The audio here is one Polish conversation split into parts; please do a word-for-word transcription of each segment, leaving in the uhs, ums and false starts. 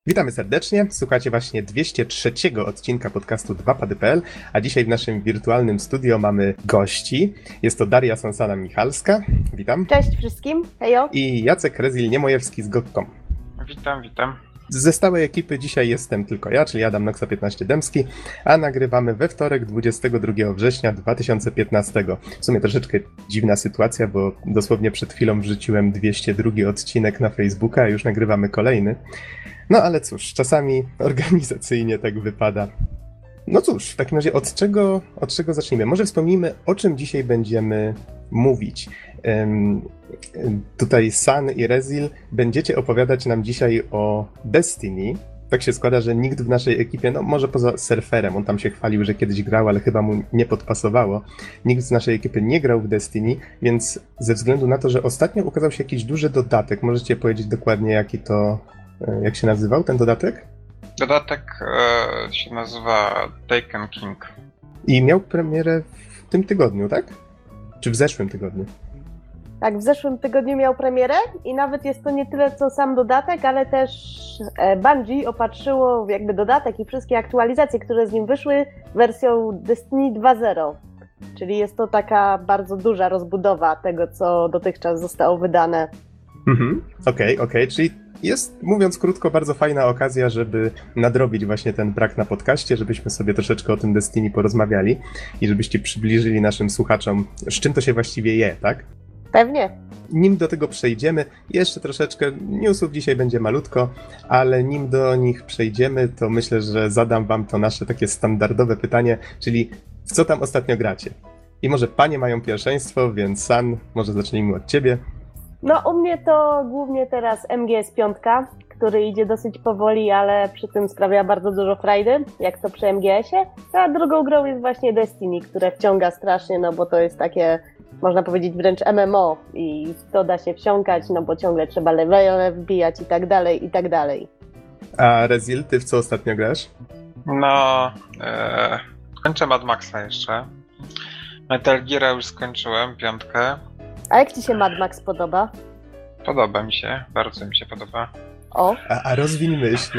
Witamy serdecznie, słuchacie właśnie dwieście trzeciego odcinka podcastu dwa pady kropka p l, a dzisiaj w naszym wirtualnym studio mamy gości. Jest to Daria Sonsana-Michalska, witam. Cześć wszystkim, hejo. I Jacek Rezil-Niemojewski z gog kropka com. Witam, witam. Ze stałej ekipy dzisiaj jestem tylko ja, czyli Adam Noxa piętnaście Dębski, a nagrywamy we wtorek dwudziestego drugiego września dwa tysiące piętnastego. W sumie troszeczkę dziwna sytuacja, bo dosłownie przed chwilą wrzuciłem dwieście drugi odcinek na Facebooka, a już nagrywamy kolejny. No ale cóż, czasami organizacyjnie tak wypada. No cóż, w takim razie od czego, od czego zacznijmy? Może wspomnijmy, o czym dzisiaj będziemy mówić. Um, tutaj San i Rezil będziecie opowiadać nam dzisiaj o Destiny. Tak się składa, że nikt w naszej ekipie, no może poza Surferem, on tam się chwalił, że kiedyś grał, ale chyba mu nie podpasowało. Nikt z naszej ekipy nie grał w Destiny, więc ze względu na to, że ostatnio ukazał się jakiś duży dodatek, możecie powiedzieć dokładnie jaki to, jak się nazywał ten dodatek? Dodatek e, się nazywa Taken King. I miał premierę w tym tygodniu, tak? Czy w zeszłym tygodniu? Tak, w zeszłym tygodniu miał premierę i nawet jest to nie tyle co sam dodatek, ale też Bungie opatrzyło jakby dodatek i wszystkie aktualizacje, które z nim wyszły, wersją Destiny dwa zero. Czyli jest to taka bardzo duża rozbudowa tego, co dotychczas zostało wydane. Mhm, okej, okay, okej, okay. Czyli jest, mówiąc krótko, bardzo fajna okazja, żeby nadrobić właśnie ten brak na podcaście, żebyśmy sobie troszeczkę o tym Destiny porozmawiali i żebyście przybliżyli naszym słuchaczom, z czym to się właściwie je, tak? Pewnie. Nim do tego przejdziemy, jeszcze troszeczkę newsów dzisiaj będzie malutko, ale nim do nich przejdziemy, to myślę, że zadam wam to nasze takie standardowe pytanie, czyli w co tam ostatnio gracie? I może panie mają pierwszeństwo, więc San, może zacznijmy od ciebie. No u mnie to głównie teraz M G S pięć, który idzie dosyć powoli, ale przy tym sprawia bardzo dużo frajdy, jak to przy M G S-ie. A drugą grą jest właśnie Destiny, które wciąga strasznie, no bo to jest takie, można powiedzieć wręcz M M O i w to da się wsiąkać, no bo ciągle trzeba levele wbijać i tak dalej, i tak dalej. A Rezil, ty w co ostatnio grasz? No, e, kończę Mad Maxa jeszcze. Metal Geara już skończyłem, piątkę. A jak ci się Mad Max podoba? Podoba mi się, bardzo mi się podoba. O. A, a rozwiń myśl.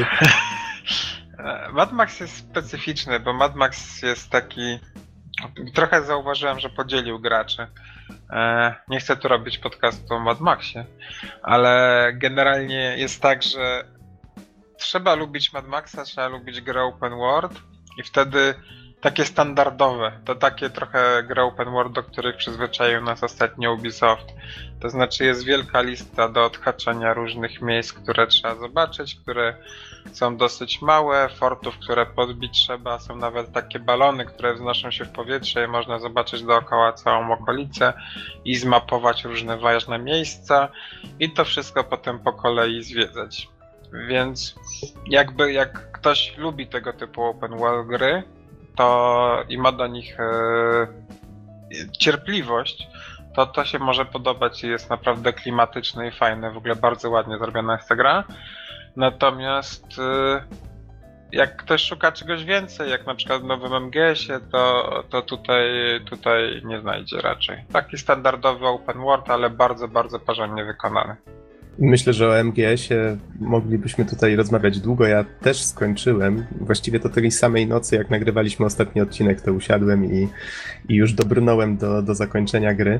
Mad Max jest specyficzny, bo Mad Max jest taki... Trochę zauważyłem, że podzielił graczy. E, nie chcę tu robić podcastu o Mad Maxie, ale generalnie jest tak, że trzeba lubić Mad Maxa, trzeba lubić grę open world i wtedy takie standardowe, to takie trochę gry open world, do których przyzwyczaił nas ostatnio Ubisoft. To znaczy jest wielka lista do odhaczenia różnych miejsc, które trzeba zobaczyć, które są dosyć małe, fortów, które podbić trzeba, są nawet takie balony, które wznoszą się w powietrze i można zobaczyć dookoła całą okolicę i zmapować różne ważne miejsca i to wszystko potem po kolei zwiedzać. Więc jakby jak ktoś lubi tego typu open world gry, to i ma do nich e, cierpliwość, to to się może podobać i jest naprawdę klimatyczne i fajne. W ogóle bardzo ładnie zrobiona jest ta gra. Natomiast e, jak ktoś szuka czegoś więcej, jak na przykład w nowym M G S-ie, to, to tutaj, tutaj nie znajdzie raczej. Taki standardowy open world, ale bardzo, bardzo porządnie wykonany. Myślę, że o M G S-ie moglibyśmy tutaj rozmawiać długo. Ja też skończyłem. Właściwie to tej samej nocy, jak nagrywaliśmy ostatni odcinek, to usiadłem i, i już dobrnąłem do, do zakończenia gry.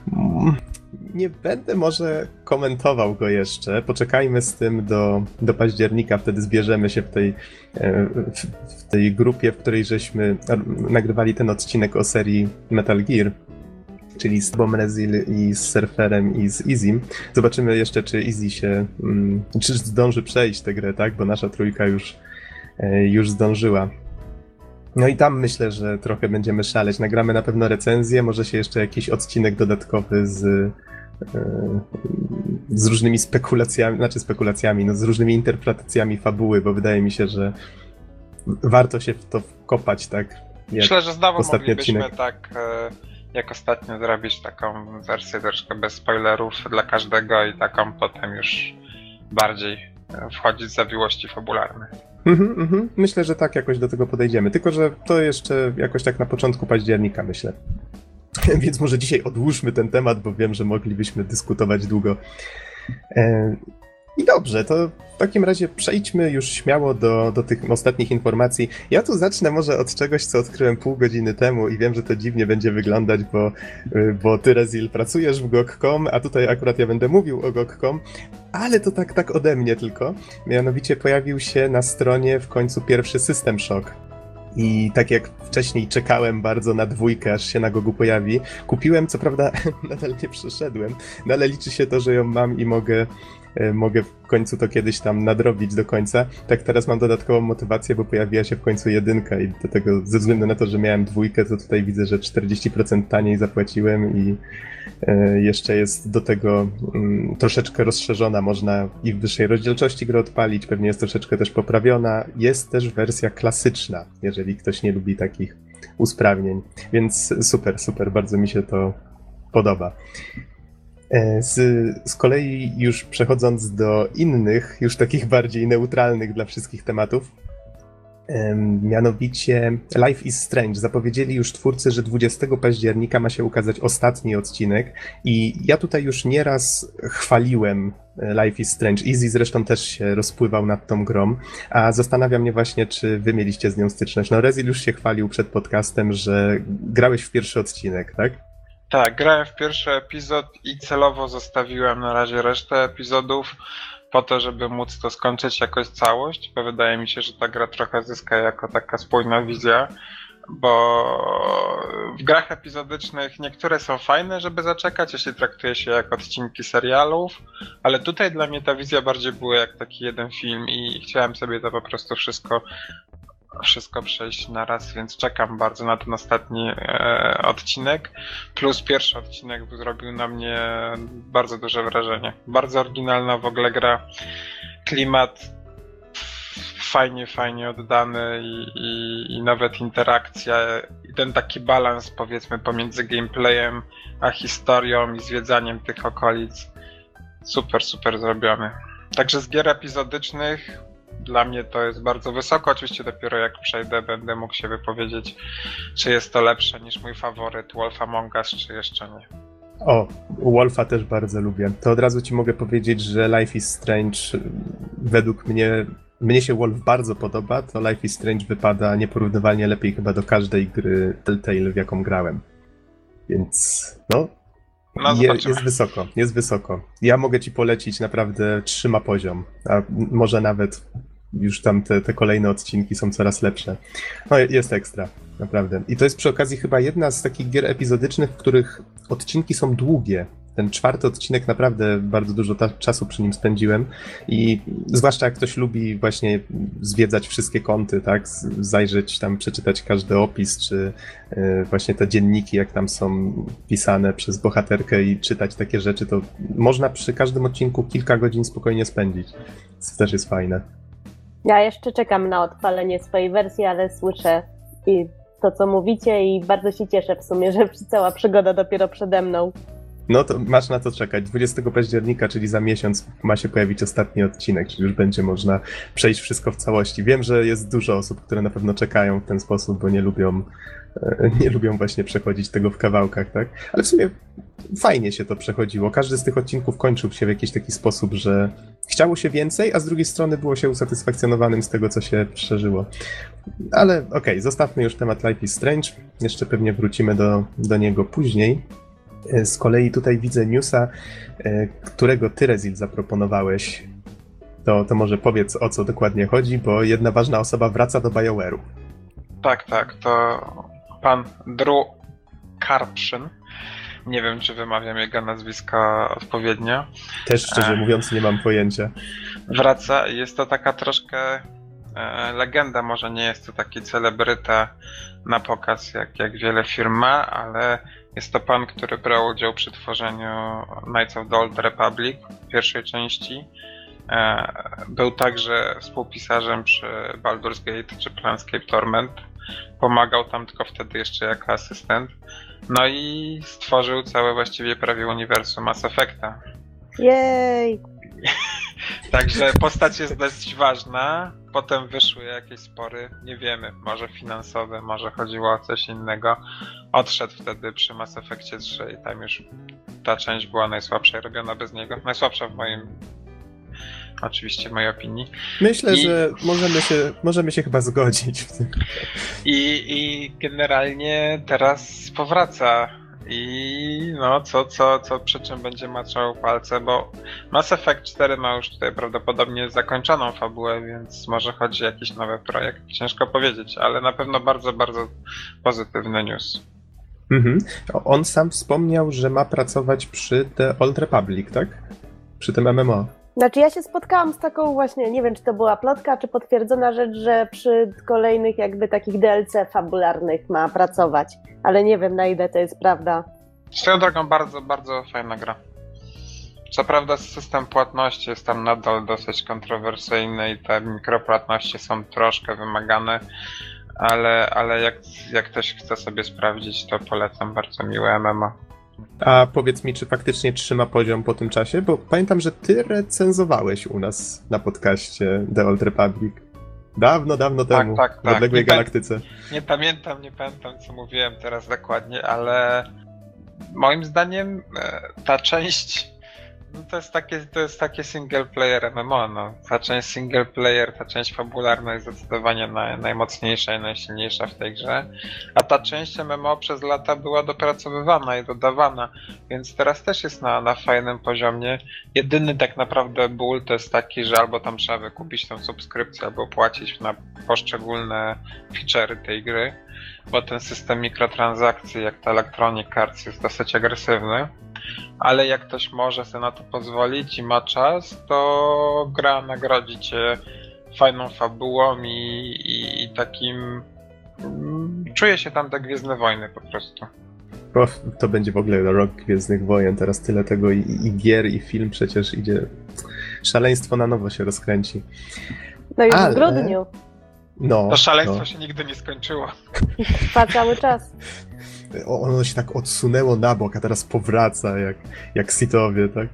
Nie będę może komentował go jeszcze. Poczekajmy z tym do, do października, wtedy zbierzemy się w tej, w, w tej grupie, w której żeśmy nagrywali ten odcinek o serii Metal Gear. Czyli z Tobą, Rezil, i z Surferem, i z Izim. Zobaczymy jeszcze, czy Izzy się, um, czy zdąży przejść tę grę, tak? Bo nasza trójka już, e, już zdążyła. No i tam myślę, że trochę będziemy szaleć. Nagramy na pewno recenzję, może się jeszcze jakiś odcinek dodatkowy z, e, z różnymi spekulacjami, znaczy spekulacjami, no z różnymi interpretacjami fabuły, bo wydaje mi się, że warto się w to wkopać, tak? Myślę, że znowu moglibyśmy odcinek. tak... E... jak ostatnio zrobić taką wersję troszkę bez spoilerów dla każdego i taką potem już bardziej wchodzić w zawiłości fabularne. Mhm, mhm. Myślę, że tak jakoś do tego podejdziemy, tylko że to jeszcze jakoś tak na początku października, myślę. Więc może dzisiaj odłóżmy ten temat, bo wiem, że moglibyśmy dyskutować długo. I dobrze, to w takim razie przejdźmy już śmiało do, do tych ostatnich informacji. Ja tu zacznę może od czegoś, co odkryłem pół godziny temu i wiem, że to dziwnie będzie wyglądać, bo, bo ty, Rezil, pracujesz w G O G kropka com, a tutaj akurat ja będę mówił o G O G kropka com, ale to tak, tak ode mnie tylko. Mianowicie pojawił się na stronie w końcu pierwszy System Shock. I tak jak wcześniej czekałem bardzo na dwójkę, aż się na Gogu pojawi, kupiłem, co prawda nadal nie przeszedłem, no ale liczy się to, że ją mam i mogę, mogę w końcu to kiedyś tam nadrobić do końca. Tak teraz mam dodatkową motywację, bo pojawiła się w końcu jedynka i do tego, ze względu na to, że miałem dwójkę, to tutaj widzę, że czterdzieści procent taniej zapłaciłem i jeszcze jest do tego um, troszeczkę rozszerzona, można i w wyższej rozdzielczości grę odpalić, pewnie jest troszeczkę też poprawiona. Jest też wersja klasyczna, jeżeli ktoś nie lubi takich usprawnień, więc super, super, bardzo mi się to podoba. Z, z kolei już przechodząc do innych, już takich bardziej neutralnych dla wszystkich tematów, mianowicie Life is Strange. Zapowiedzieli już twórcy, że dwudziestego października ma się ukazać ostatni odcinek i ja tutaj już nieraz chwaliłem Life is Strange. Easy zresztą też się rozpływał nad tą grą, a zastanawia mnie właśnie, czy wy mieliście z nią styczność. No Rezil już się chwalił przed podcastem, że grałeś w pierwszy odcinek, tak? Tak, grałem w pierwszy epizod i celowo zostawiłem na razie resztę epizodów po to, żeby móc to skończyć jakoś całość, bo wydaje mi się, że ta gra trochę zyska jako taka spójna wizja, bo w grach epizodycznych niektóre są fajne, żeby zaczekać, jeśli traktuje się jak odcinki serialów, ale tutaj dla mnie ta wizja bardziej była jak taki jeden film i chciałem sobie to po prostu wszystko wszystko przejść na raz, więc czekam bardzo na ten ostatni e, odcinek. Plus pierwszy odcinek zrobił na mnie bardzo duże wrażenie. Bardzo oryginalna w ogóle gra. Klimat fajnie, fajnie oddany i, i, i nawet interakcja i ten taki balans powiedzmy pomiędzy gameplayem a historią i zwiedzaniem tych okolic. Super, super zrobiony. Także z gier epizodycznych dla mnie to jest bardzo wysoko. Oczywiście dopiero jak przejdę, będę mógł się wypowiedzieć, czy jest to lepsze niż mój faworyt Wolf Among Us, czy jeszcze nie. O, Wolfa też bardzo lubię. To od razu ci mogę powiedzieć, że Life is Strange według mnie, mnie się Wolf bardzo podoba, to Life is Strange wypada nieporównywalnie lepiej chyba do każdej gry Telltale, w jaką grałem. Więc no, no je, jest wysoko, jest wysoko. Ja mogę ci polecić, naprawdę trzyma poziom, a może nawet już tam te, te kolejne odcinki są coraz lepsze. No jest ekstra, naprawdę. I to jest przy okazji chyba jedna z takich gier epizodycznych, w których odcinki są długie. Ten czwarty odcinek naprawdę bardzo dużo ta- czasu przy nim spędziłem i zwłaszcza jak ktoś lubi właśnie zwiedzać wszystkie kąty, tak, zajrzeć tam, przeczytać każdy opis, czy y, właśnie te dzienniki, jak tam są pisane przez bohaterkę i czytać takie rzeczy, to można przy każdym odcinku kilka godzin spokojnie spędzić. To też jest fajne. Ja jeszcze czekam na odpalenie swojej wersji, ale słyszę i to, co mówicie i bardzo się cieszę w sumie, że cała przygoda dopiero przede mną. No to masz na to czekać. dwudziestego października, czyli za miesiąc, ma się pojawić ostatni odcinek, czyli już będzie można przejść wszystko w całości. Wiem, że jest dużo osób, które na pewno czekają w ten sposób, bo nie lubią, nie lubią właśnie przechodzić tego w kawałkach, tak? Ale w sumie fajnie się to przechodziło. Każdy z tych odcinków kończył się w jakiś taki sposób, że chciało się więcej, a z drugiej strony było się usatysfakcjonowanym z tego, co się przeżyło. Ale okej, okay, zostawmy już temat Life is Strange. Jeszcze pewnie wrócimy do, do niego później. Z kolei tutaj widzę newsa, którego ty, Rezil, zaproponowałeś. To, to może powiedz, o co dokładnie chodzi, bo jedna ważna osoba wraca do BioWare'u. Tak, tak, to pan Drew Karpszyn. Nie wiem, czy wymawiam jego nazwisko odpowiednio. Też szczerze mówiąc nie mam pojęcia. Wraca i jest to taka troszkę e, legenda, może nie jest to taki celebryta na pokaz, jak, jak wiele firm ma, ale jest to pan, który brał udział przy tworzeniu Knights of the Old Republic, pierwszej części. E, był także współpisarzem przy Baldur's Gate czy Planescape Torment. Pomagał tam tylko wtedy jeszcze jako asystent. No i stworzył całe właściwie prawie uniwersum Mass Effecta. Jej! Także postać jest dość ważna. Potem wyszły jakieś spory, nie wiemy, może finansowe, może chodziło o coś innego. Odszedł wtedy przy Mass Effectie trzy i tam już ta część była najsłabsza i robiona bez niego. Najsłabsza w moim oczywiście w mojej opinii. Myślę, I... że możemy się, możemy się chyba zgodzić w tym. I, I generalnie teraz powraca i no co, co, co przy czym będzie maczał palce, bo Mass Effect cztery ma już tutaj prawdopodobnie zakończoną fabułę, więc może chodzi o jakiś nowy projekt. Ciężko powiedzieć, ale na pewno bardzo, bardzo pozytywny news. Mhm. On sam wspomniał, że ma pracować przy The Old Republic, tak? Przy tym M M O. Znaczy ja się spotkałam z taką właśnie, nie wiem czy to była plotka, czy potwierdzona rzecz, że przy kolejnych jakby takich D L C fabularnych ma pracować, ale nie wiem na ile to jest prawda. Swoją drogą bardzo, bardzo fajna gra. Co prawda system płatności jest tam nadal dosyć kontrowersyjny i te mikropłatności są troszkę wymagane, ale, ale jak, jak ktoś chce sobie sprawdzić, to polecam, bardzo miłe M M O. A powiedz mi, czy faktycznie trzyma poziom po tym czasie? Bo pamiętam, że ty recenzowałeś u nas na podcaście The Old Republic. Dawno, dawno Tak, temu, tak, w tak. odległej Nie galaktyce. Nie pamiętam, nie pamiętam co mówiłem teraz dokładnie, ale moim zdaniem e, ta część no to jest takie, to jest takie single player M M O, no. Ta część single player, ta część fabularna jest zdecydowanie naj, najmocniejsza i najsilniejsza w tej grze, a ta część M M O przez lata była dopracowywana i dodawana, więc teraz też jest na, na fajnym poziomie. Jedyny tak naprawdę ból to jest taki, że albo tam trzeba wykupić tą subskrypcję, albo płacić na poszczególne feature'y tej gry, bo ten system mikrotransakcji, jak to Electronic Arts, jest dosyć agresywny. Ale jak ktoś może sobie na to pozwolić i ma czas, to gra nagrodzi cię fajną fabułą i, i, i takim... Mm, czuje się tam tak Gwiezdne Wojny po prostu. Bo to będzie w ogóle rok Gwiezdnych Wojen, teraz tyle tego i, i gier, i film przecież idzie... Szaleństwo na nowo się rozkręci. No już Ale... w grudniu. No, To szaleństwo no. się nigdy nie skończyło. Trwa cały czas. Ono się tak odsunęło na bok, a teraz powraca jak, jak Sithowie, tak?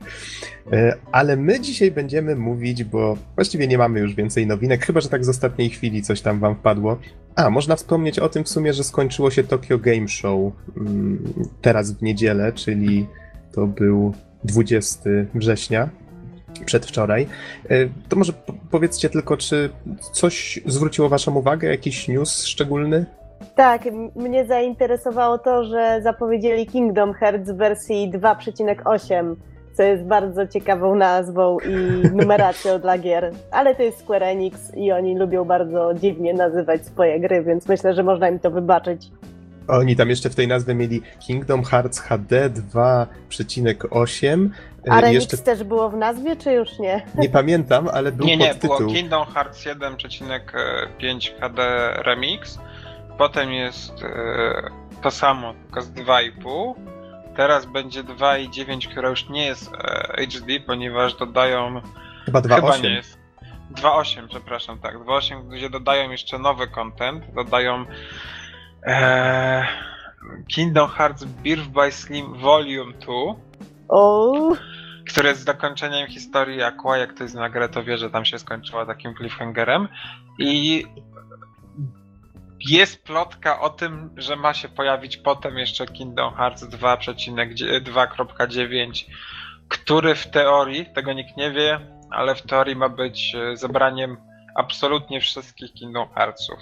Ale my dzisiaj będziemy mówić, bo właściwie nie mamy już więcej nowinek, chyba że tak z ostatniej chwili coś tam wam wpadło. A, można wspomnieć o tym w sumie, że skończyło się Tokyo Game Show teraz w niedzielę, czyli to był dwudziestego września, przedwczoraj. To może powiedzcie tylko, czy coś zwróciło waszą uwagę, jakiś news szczególny? Tak, m- mnie zainteresowało to, że zapowiedzieli Kingdom Hearts w wersji dwa przecinek osiem, co jest bardzo ciekawą nazwą i numeracją dla gier. Ale to jest Square Enix i oni lubią bardzo dziwnie nazywać swoje gry, więc myślę, że można im to wybaczyć. Oni tam jeszcze w tej nazwie mieli Kingdom Hearts H D dwa przecinek osiem. A remix jeszcze też było w nazwie, czy już nie? nie pamiętam, ale był Nie, nie, podtytuł. było Kingdom Hearts jeden przecinek pięć H D Remix, potem jest e, to samo, tylko z dwa i pół. Teraz będzie dwa i dziewięć, które już nie jest e, H D, ponieważ dodają... Chyba dwa Chyba osiem. nie jest. dwa osiem, przepraszam, tak. dwa osiem, gdzie dodają jeszcze nowy content. Dodają e, Kingdom Hearts Birth by Slim Volume dwa, O, który jest zakończeniem historii Aqua. Jak ktoś zna grę, to wie, że tam się skończyła takim cliffhangerem. I jest plotka o tym, że ma się pojawić potem jeszcze Kingdom Hearts dwa przecinek dziewięć, który w teorii, tego nikt nie wie, ale w teorii ma być zebraniem absolutnie wszystkich Kingdom Heartsów.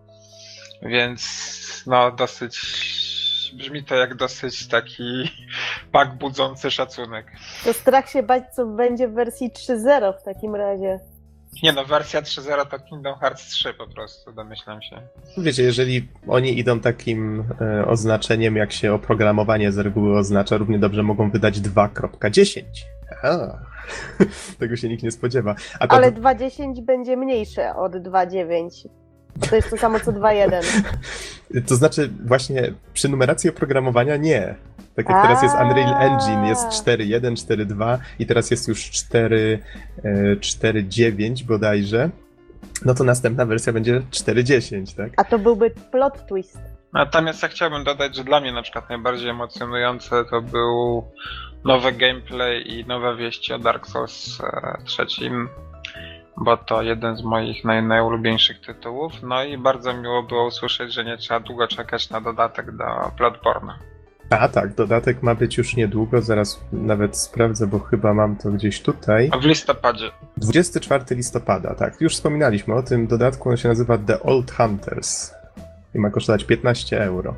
Więc no dosyć... brzmi to jak dosyć taki pak budzący szacunek. to strach się bać, co będzie w wersji trzy zero w takim razie. Nie no, wersja trzy zero to Kingdom Hearts trzy po prostu, domyślam się. Wiecie, jeżeli oni idą takim e, oznaczeniem, jak się oprogramowanie z reguły oznacza, równie dobrze mogą wydać dwa kropka dziesięć. A, tego się nikt nie spodziewa. A to, Ale dwa dziesięć będzie mniejsze od dwa dziewięć. Bo to jest to samo co dwa jeden. to znaczy właśnie przy numeracji oprogramowania nie. Tak jak teraz jest Unreal Engine, jest cztery jeden, cztery dwa i teraz jest już cztery dziewięć bodajże, no to następna wersja będzie cztery dziesięć, tak? A to byłby plot twist. Natomiast ja chciałbym dodać, że dla mnie na przykład najbardziej emocjonujące to był nowy gameplay i nowe wieści o Dark Souls trzy, bo to jeden z moich naj, najulubieńszych tytułów. No i bardzo miło było usłyszeć, że nie trzeba długo czekać na dodatek do Bloodborne'a. A tak, dodatek ma być już niedługo, zaraz nawet sprawdzę, bo chyba mam to gdzieś tutaj. A w listopadzie. dwudziestego czwartego listopada, tak. Już wspominaliśmy o tym dodatku, on się nazywa The Old Hunters i ma kosztować piętnaście euro.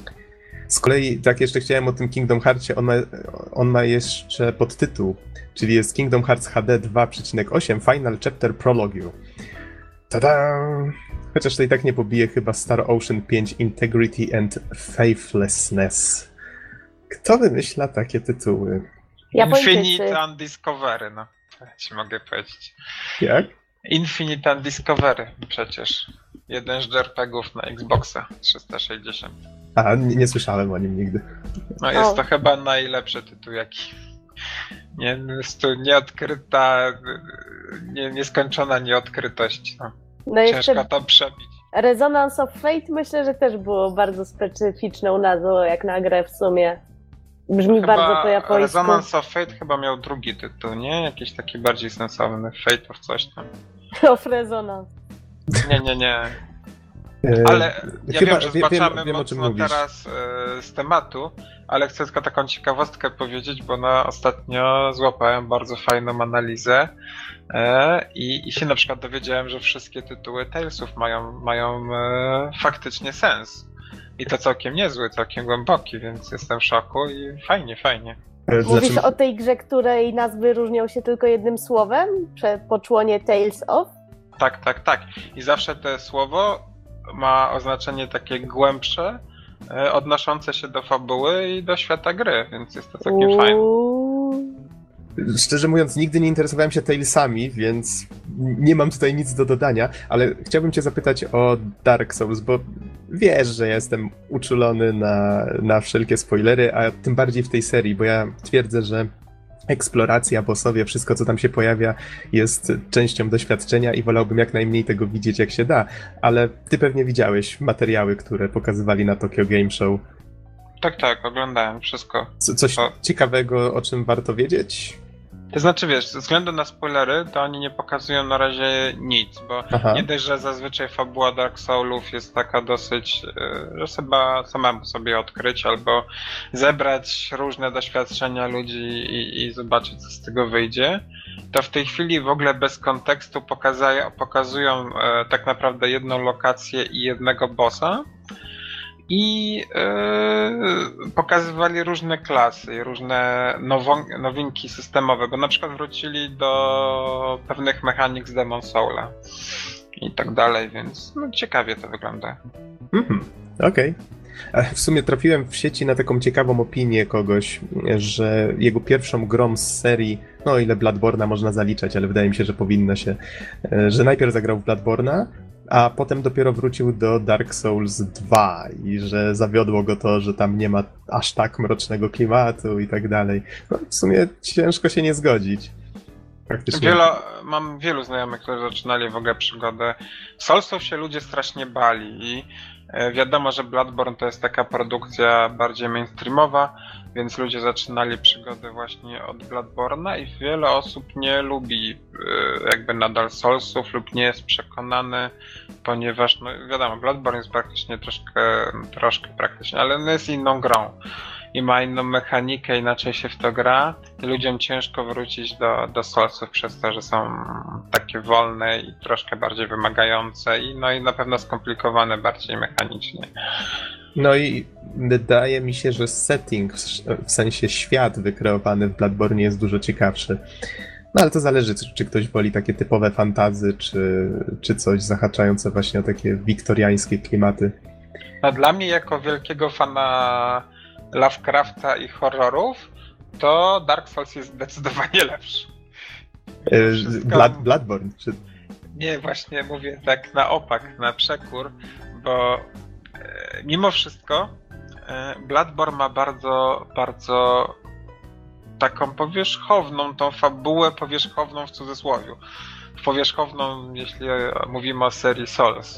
Z kolei, tak jeszcze chciałem o tym Kingdom Heartsie, on ma, on ma jeszcze podtytuł, czyli jest Kingdom Hearts H D dwa przecinek osiem Final Chapter Prologue. Tada! Chociaż to i tak nie pobije chyba Star Ocean pięć Integrity and Faithlessness. Kto wymyśla takie tytuły? Japończycy. Infinite Undiscovery, no. To ja ci mogę powiedzieć. Jak? Infinite Undiscovery przecież. Jeden z er pe gów na Xboxa trzysta sześćdziesiąt. A, nie, nie słyszałem o nim nigdy. No jest O. to chyba najlepszy tytuł, jaki... Nie, jest to nieodkryta, nie, nieskończona nieodkrytość. No. No jeszcze Ciężko to przebić. Resonance of Fate myślę, że też było bardzo specyficzną nazwą jak na grę w sumie. Brzmi Chyba bardzo po japońsku. Resonance of Fate chyba miał drugi tytuł, nie? Jakiś taki bardziej sensowny. Fate of coś tam. Of Resonance. Nie, nie, nie. E, Ale ja chyba wiem, że wiem, zbaczamy wiem, o czym mocno mówisz. teraz e, z tematu, ale chcę tylko taką ciekawostkę powiedzieć, bo na ostatnio złapałem bardzo fajną analizę e, i, i się na przykład dowiedziałem, że wszystkie tytuły Talesów mają, mają e, faktycznie sens. I to całkiem niezły, całkiem głęboki, więc jestem w szoku i fajnie, fajnie. E, Mówisz znaczy, o tej grze, której nazwy różnią się tylko jednym słowem? Prze- Po członie Tales of? Tak, tak, tak. I zawsze to słowo ma oznaczenie takie głębsze, e, odnoszące się do fabuły i do świata gry, więc jest to całkiem fajne. Uuu. Szczerze mówiąc, nigdy nie interesowałem się Talesami, więc nie mam tutaj nic do dodania, ale chciałbym cię zapytać o Dark Souls, bo wiesz, że jestem uczulony na, na wszelkie spoilery, a tym bardziej w tej serii, bo ja twierdzę, że eksploracja, bossowie, wszystko co tam się pojawia jest częścią doświadczenia i wolałbym jak najmniej tego widzieć jak się da, ale ty pewnie widziałeś materiały, które pokazywali na Tokyo Game Show. Tak, tak, oglądałem wszystko. Co, coś O. ciekawego, o czym warto wiedzieć? To znaczy, wiesz, ze względu na spoilery, to oni nie pokazują na razie nic, bo Aha. nie dość, że zazwyczaj fabuła Dark Soulsów jest taka dosyć, yy, że chyba samemu sobie odkryć albo zebrać różne doświadczenia ludzi i, i zobaczyć, co z tego wyjdzie, to w tej chwili w ogóle bez kontekstu pokazają, pokazują e, tak naprawdę jedną lokację i jednego bossa. I yy, pokazywali różne klasy, różne nowo- nowinki systemowe, bo na przykład wrócili do pewnych mechanik z Demon Soula i tak dalej, więc no, ciekawie to wygląda. Mhm, okej. Okay. W sumie trafiłem w sieci na taką ciekawą opinię kogoś, że jego pierwszą grą z serii, no o ile Bloodborne'a można zaliczać, ale wydaje mi się, że powinno się, że najpierw zagrał w Bloodborne'a, a potem dopiero wrócił do Dark Souls dwa i że zawiodło go to, że tam nie ma aż tak mrocznego klimatu i tak dalej. No, w sumie ciężko się nie zgodzić. Praktycznie. Wielo, mam wielu znajomych, którzy zaczynali w ogóle przygodę. Soulsów się ludzie strasznie bali i e, wiadomo, że Bloodborne to jest taka produkcja bardziej mainstreamowa, więc ludzie zaczynali przygodę właśnie od Bloodborne'a i wiele osób nie lubi e, jakby nadal Soulsów lub nie jest przekonany, ponieważ no wiadomo, Bloodborne jest praktycznie troszkę, troszkę praktycznie, ale no jest inną grą. I ma inną mechanikę, inaczej się w to gra, i ludziom ciężko wrócić do, do Soulsów przez to, że są takie wolne i troszkę bardziej wymagające i no i na pewno skomplikowane bardziej mechanicznie. No i wydaje mi się, że setting, w sensie świat wykreowany w Bloodborne jest dużo ciekawszy. No ale to zależy, czy, czy ktoś woli takie typowe fantazy, czy, czy coś zahaczające właśnie o takie wiktoriańskie klimaty. No dla mnie jako wielkiego fana Lovecrafta i horrorów, to Dark Souls jest zdecydowanie lepszy. Wszystko... Blood, Bloodborne? Czy... Nie, właśnie mówię tak na opak, na przekór, bo e, mimo wszystko e, Bloodborne ma bardzo, bardzo taką powierzchowną, tą fabułę powierzchowną w cudzysłowie. Powierzchowną, jeśli mówimy o serii Souls.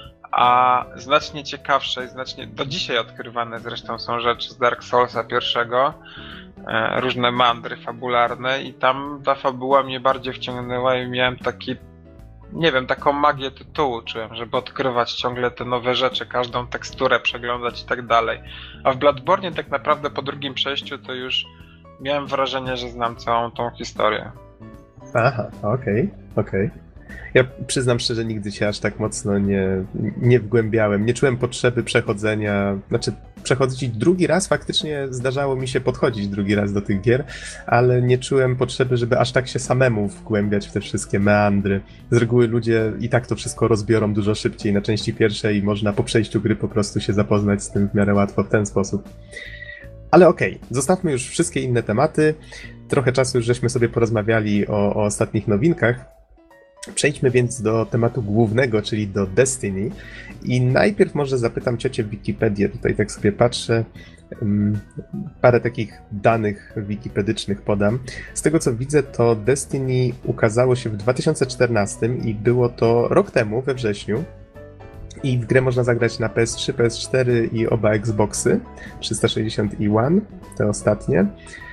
A znacznie ciekawsze i znacznie do dzisiaj odkrywane zresztą są rzeczy z Dark Soulsa pierwszego, e, różne mandry fabularne i tam ta fabuła mnie bardziej wciągnęła i miałem taki nie wiem, taką magię tytułu czułem, żeby odkrywać ciągle te nowe rzeczy, każdą teksturę przeglądać i tak dalej. A w Bloodborne tak naprawdę po drugim przejściu to już miałem wrażenie, że znam całą tą historię. Aha, okej, okay, okej. Okay. Ja przyznam szczerze, nigdy się aż tak mocno nie, nie wgłębiałem. Nie czułem potrzeby przechodzenia, znaczy przechodzić drugi raz, faktycznie zdarzało mi się podchodzić drugi raz do tych gier, ale nie czułem potrzeby, żeby aż tak się samemu wgłębiać w te wszystkie meandry. Z reguły ludzie i tak to wszystko rozbiorą dużo szybciej na części pierwszej i można po przejściu gry po prostu się zapoznać z tym w miarę łatwo w ten sposób. Ale okej, okay, zostawmy już wszystkie inne tematy. Trochę czasu już żeśmy sobie porozmawiali o, o ostatnich nowinkach. Przejdźmy więc do tematu głównego, czyli do Destiny. I najpierw może zapytam ciocię w Wikipedię, tutaj tak sobie patrzę, parę takich danych wikipedycznych podam. Z tego co widzę, to Destiny ukazało się w dwa tysiące czternastym i było to rok temu, we wrześniu. I w grę można zagrać na P S trzy, P S cztery i oba Xboxy, trzysta sześćdziesiąt i One, te ostatnie.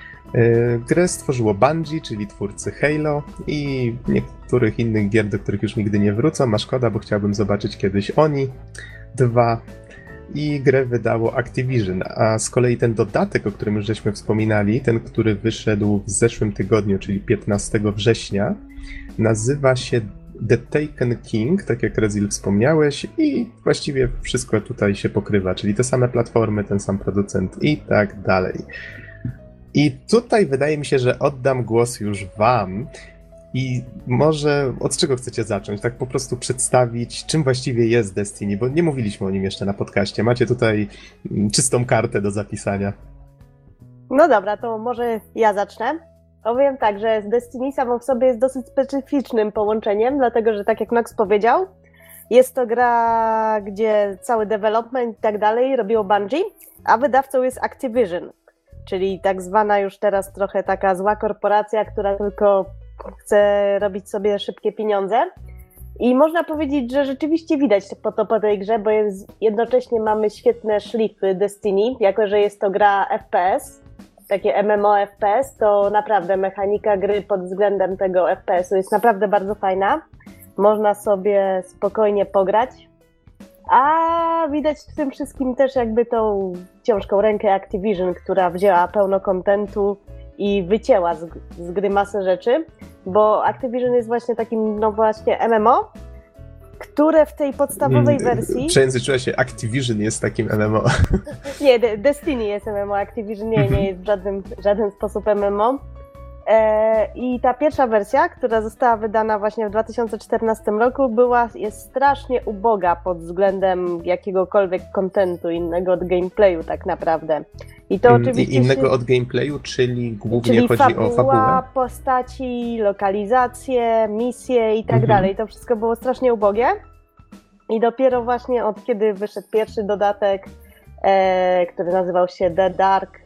Grę stworzyło Bungie, czyli twórcy Halo i niektórych innych gier, do których już nigdy nie wrócą, a szkoda, bo chciałbym zobaczyć kiedyś Oni dwa i grę wydało Activision, a z kolei ten dodatek, o którym już żeśmy wspominali, ten, który wyszedł w zeszłym tygodniu, czyli piętnastego września, nazywa się The Taken King, tak jak Rezil wspomniałeś, i właściwie wszystko tutaj się pokrywa, czyli te same platformy, ten sam producent i tak dalej. I tutaj wydaje mi się, że oddam głos już wam i może od czego chcecie zacząć? Tak po prostu przedstawić, czym właściwie jest Destiny, bo nie mówiliśmy o nim jeszcze na podcaście. Macie tutaj czystą kartę do zapisania. No dobra, to może ja zacznę. Powiem tak, że Destiny samo w sobie jest dosyć specyficznym połączeniem, dlatego że tak jak Nox powiedział, jest to gra, gdzie cały development i tak dalej robiło Bungie, a wydawcą jest Activision. Czyli tak zwana już teraz trochę taka zła korporacja, która tylko chce robić sobie szybkie pieniądze. I można powiedzieć, że rzeczywiście widać po to po tej grze, bo jest, jednocześnie mamy świetne szlify Destiny, jako że jest to gra F P S, takie M M O F P S, to naprawdę mechanika gry pod względem tego F P S-u jest naprawdę bardzo fajna. Można sobie spokojnie pograć. A widać w tym wszystkim też jakby tą ciężką rękę Activision, która wzięła pełno kontentu i wycięła z, z gry masę rzeczy, bo Activision jest właśnie takim, no właśnie M M O, które w tej podstawowej wersji... Przejęzyczyła się, Activision jest takim M M O. Nie, De- Destiny jest M M O, Activision nie, nie jest w żaden, w żaden sposób M M O. E, I ta pierwsza wersja, która została wydana właśnie w dwa tysiące czternastym roku, była, jest strasznie uboga pod względem jakiegokolwiek kontentu innego od gameplayu tak naprawdę. I to oczywiście innego się... od gameplayu, czyli głównie czyli chodzi fabuła, o fabułę? Postaci, lokalizacje, misje i tak mhm. dalej. To wszystko było strasznie ubogie. I dopiero właśnie od kiedy wyszedł pierwszy dodatek, e, który nazywał się The Dark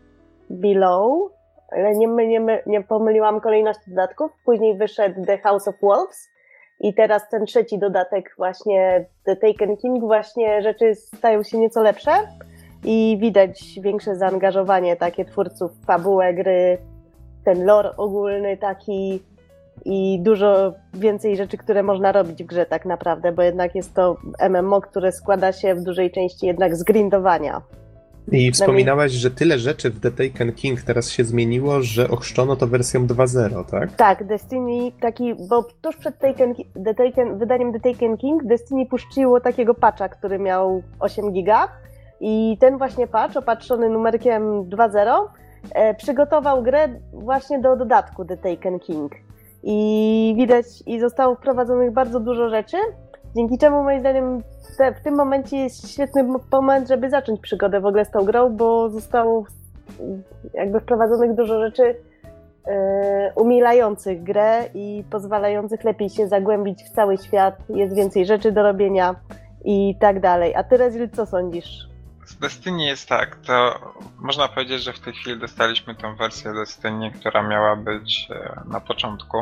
Below, ale nie, nie, nie pomyliłam kolejności dodatków. Później wyszedł The House of Wolves i teraz ten trzeci dodatek właśnie The Taken King, właśnie rzeczy stają się nieco lepsze i widać większe zaangażowanie takie twórców w fabułę gry, ten lore ogólny taki i dużo więcej rzeczy, które można robić w grze tak naprawdę, bo jednak jest to M M O, które składa się w dużej części jednak z grindowania. I wspominałaś, że tyle rzeczy w The Taken King teraz się zmieniło, że ochrzczono to wersją dwa zero, tak? Tak, Destiny taki, bo tuż przed Taken, The Taken, wydaniem The Taken King Destiny puściło takiego patcha, który miał osiem giga i ten właśnie patch, opatrzony numerkiem dwa zero, e, przygotował grę właśnie do dodatku The Taken King. I widać, i zostało wprowadzonych bardzo dużo rzeczy, dzięki czemu moim zdaniem te, w tym momencie jest świetny moment, żeby zacząć przygodę w ogóle z tą grą, bo zostało jakby wprowadzonych dużo rzeczy yy, umilających grę i pozwalających lepiej się zagłębić w cały świat, jest więcej rzeczy do robienia i tak dalej. A ty, Rezil, co sądzisz? Z Destiny jest tak, to można powiedzieć, że w tej chwili dostaliśmy tą wersję Destiny, która miała być na początku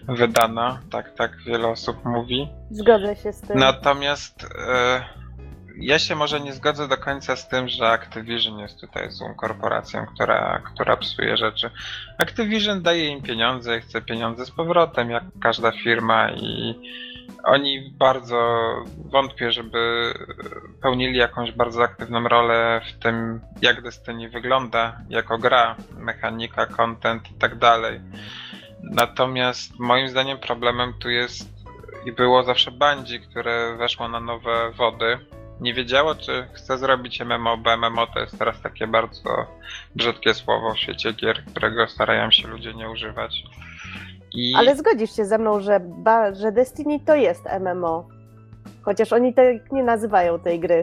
wydana, tak, tak wiele osób mówi. Zgodzę się z tym. Natomiast e, ja się może nie zgodzę do końca z tym, że Activision jest tutaj złą korporacją, która, która psuje rzeczy. Activision daje im pieniądze i chce pieniądze z powrotem, jak każda firma, i oni bardzo wątpię, żeby pełnili jakąś bardzo aktywną rolę w tym, jak Destiny wygląda jako gra, mechanika, content i tak dalej. Natomiast moim zdaniem problemem tu jest i było zawsze Bungie, które weszło na nowe wody. Nie wiedziało, czy chce zrobić M M O, bo M M O to jest teraz takie bardzo brzydkie słowo w świecie gier, którego starają się ludzie nie używać. I... Ale zgodzisz się ze mną, że, ba, że Destiny to jest M M O. Chociaż oni tak nie nazywają tej gry.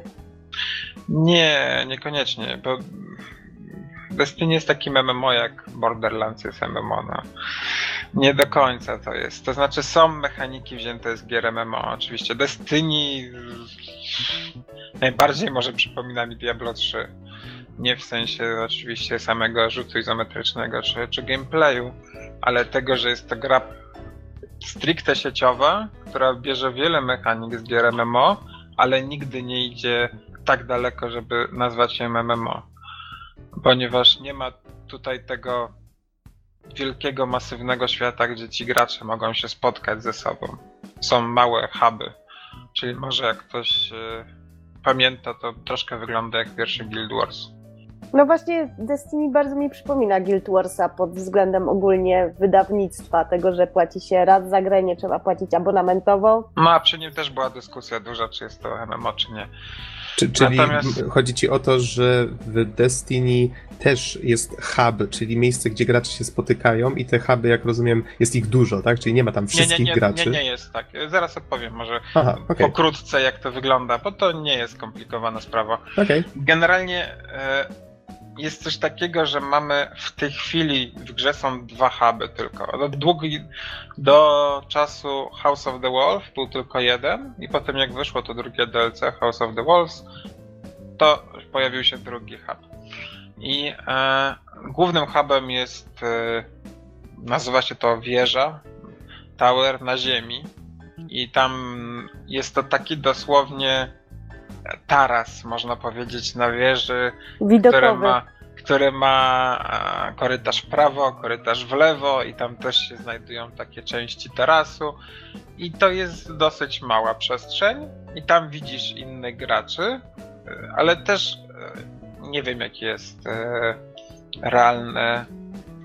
Nie, niekoniecznie, bo Destiny jest takim M M O jak Borderlands jest M M O. No. Nie do końca to jest. To znaczy są mechaniki wzięte z gier M M O. Oczywiście Destiny najbardziej może przypomina mi Diablo trzy. Nie w sensie oczywiście samego rzutu izometrycznego czy, czy gameplayu, ale tego, że jest to gra stricte sieciowa, która bierze wiele mechanik z gier M M O, ale nigdy nie idzie tak daleko, żeby nazwać się M M O. Ponieważ nie ma tutaj tego wielkiego, masywnego świata, gdzie ci gracze mogą się spotkać ze sobą. Są małe huby, czyli może jak ktoś e, pamięta, to troszkę wygląda jak pierwszy Guild Wars. No właśnie Destiny bardzo mi przypomina Guild Warsa pod względem ogólnie wydawnictwa, tego, że płaci się raz za grę, nie trzeba płacić abonamentowo. No a przy nim też była dyskusja duża, czy jest to M M O, czy nie. Czy, czyli Natomiast... chodzi ci o to, że w Destiny też jest hub, czyli miejsce, gdzie gracze się spotykają i te huby, jak rozumiem, jest ich dużo, tak? Czyli nie ma tam wszystkich nie, nie, nie, graczy. Nie, nie jest tak. Zaraz odpowiem może Aha, okay. pokrótce, jak to wygląda, bo to nie jest skomplikowana sprawa. Okay. Generalnie e, jest coś takiego, że mamy w tej chwili w grze są dwa huby tylko. Do, długi, do czasu House of the Wolf był tylko jeden i potem jak wyszło to drugie D L C House of the Wolves, to pojawił się drugi hub. I e, głównym hubem jest, e, nazywa się to wieża, tower na ziemi i tam jest to taki dosłownie taras, można powiedzieć, na wieży, który ma, który ma korytarz w prawo, korytarz w lewo i tam też się znajdują takie części tarasu i to jest dosyć mała przestrzeń i tam widzisz innych graczy, ale też nie wiem jaki jest realny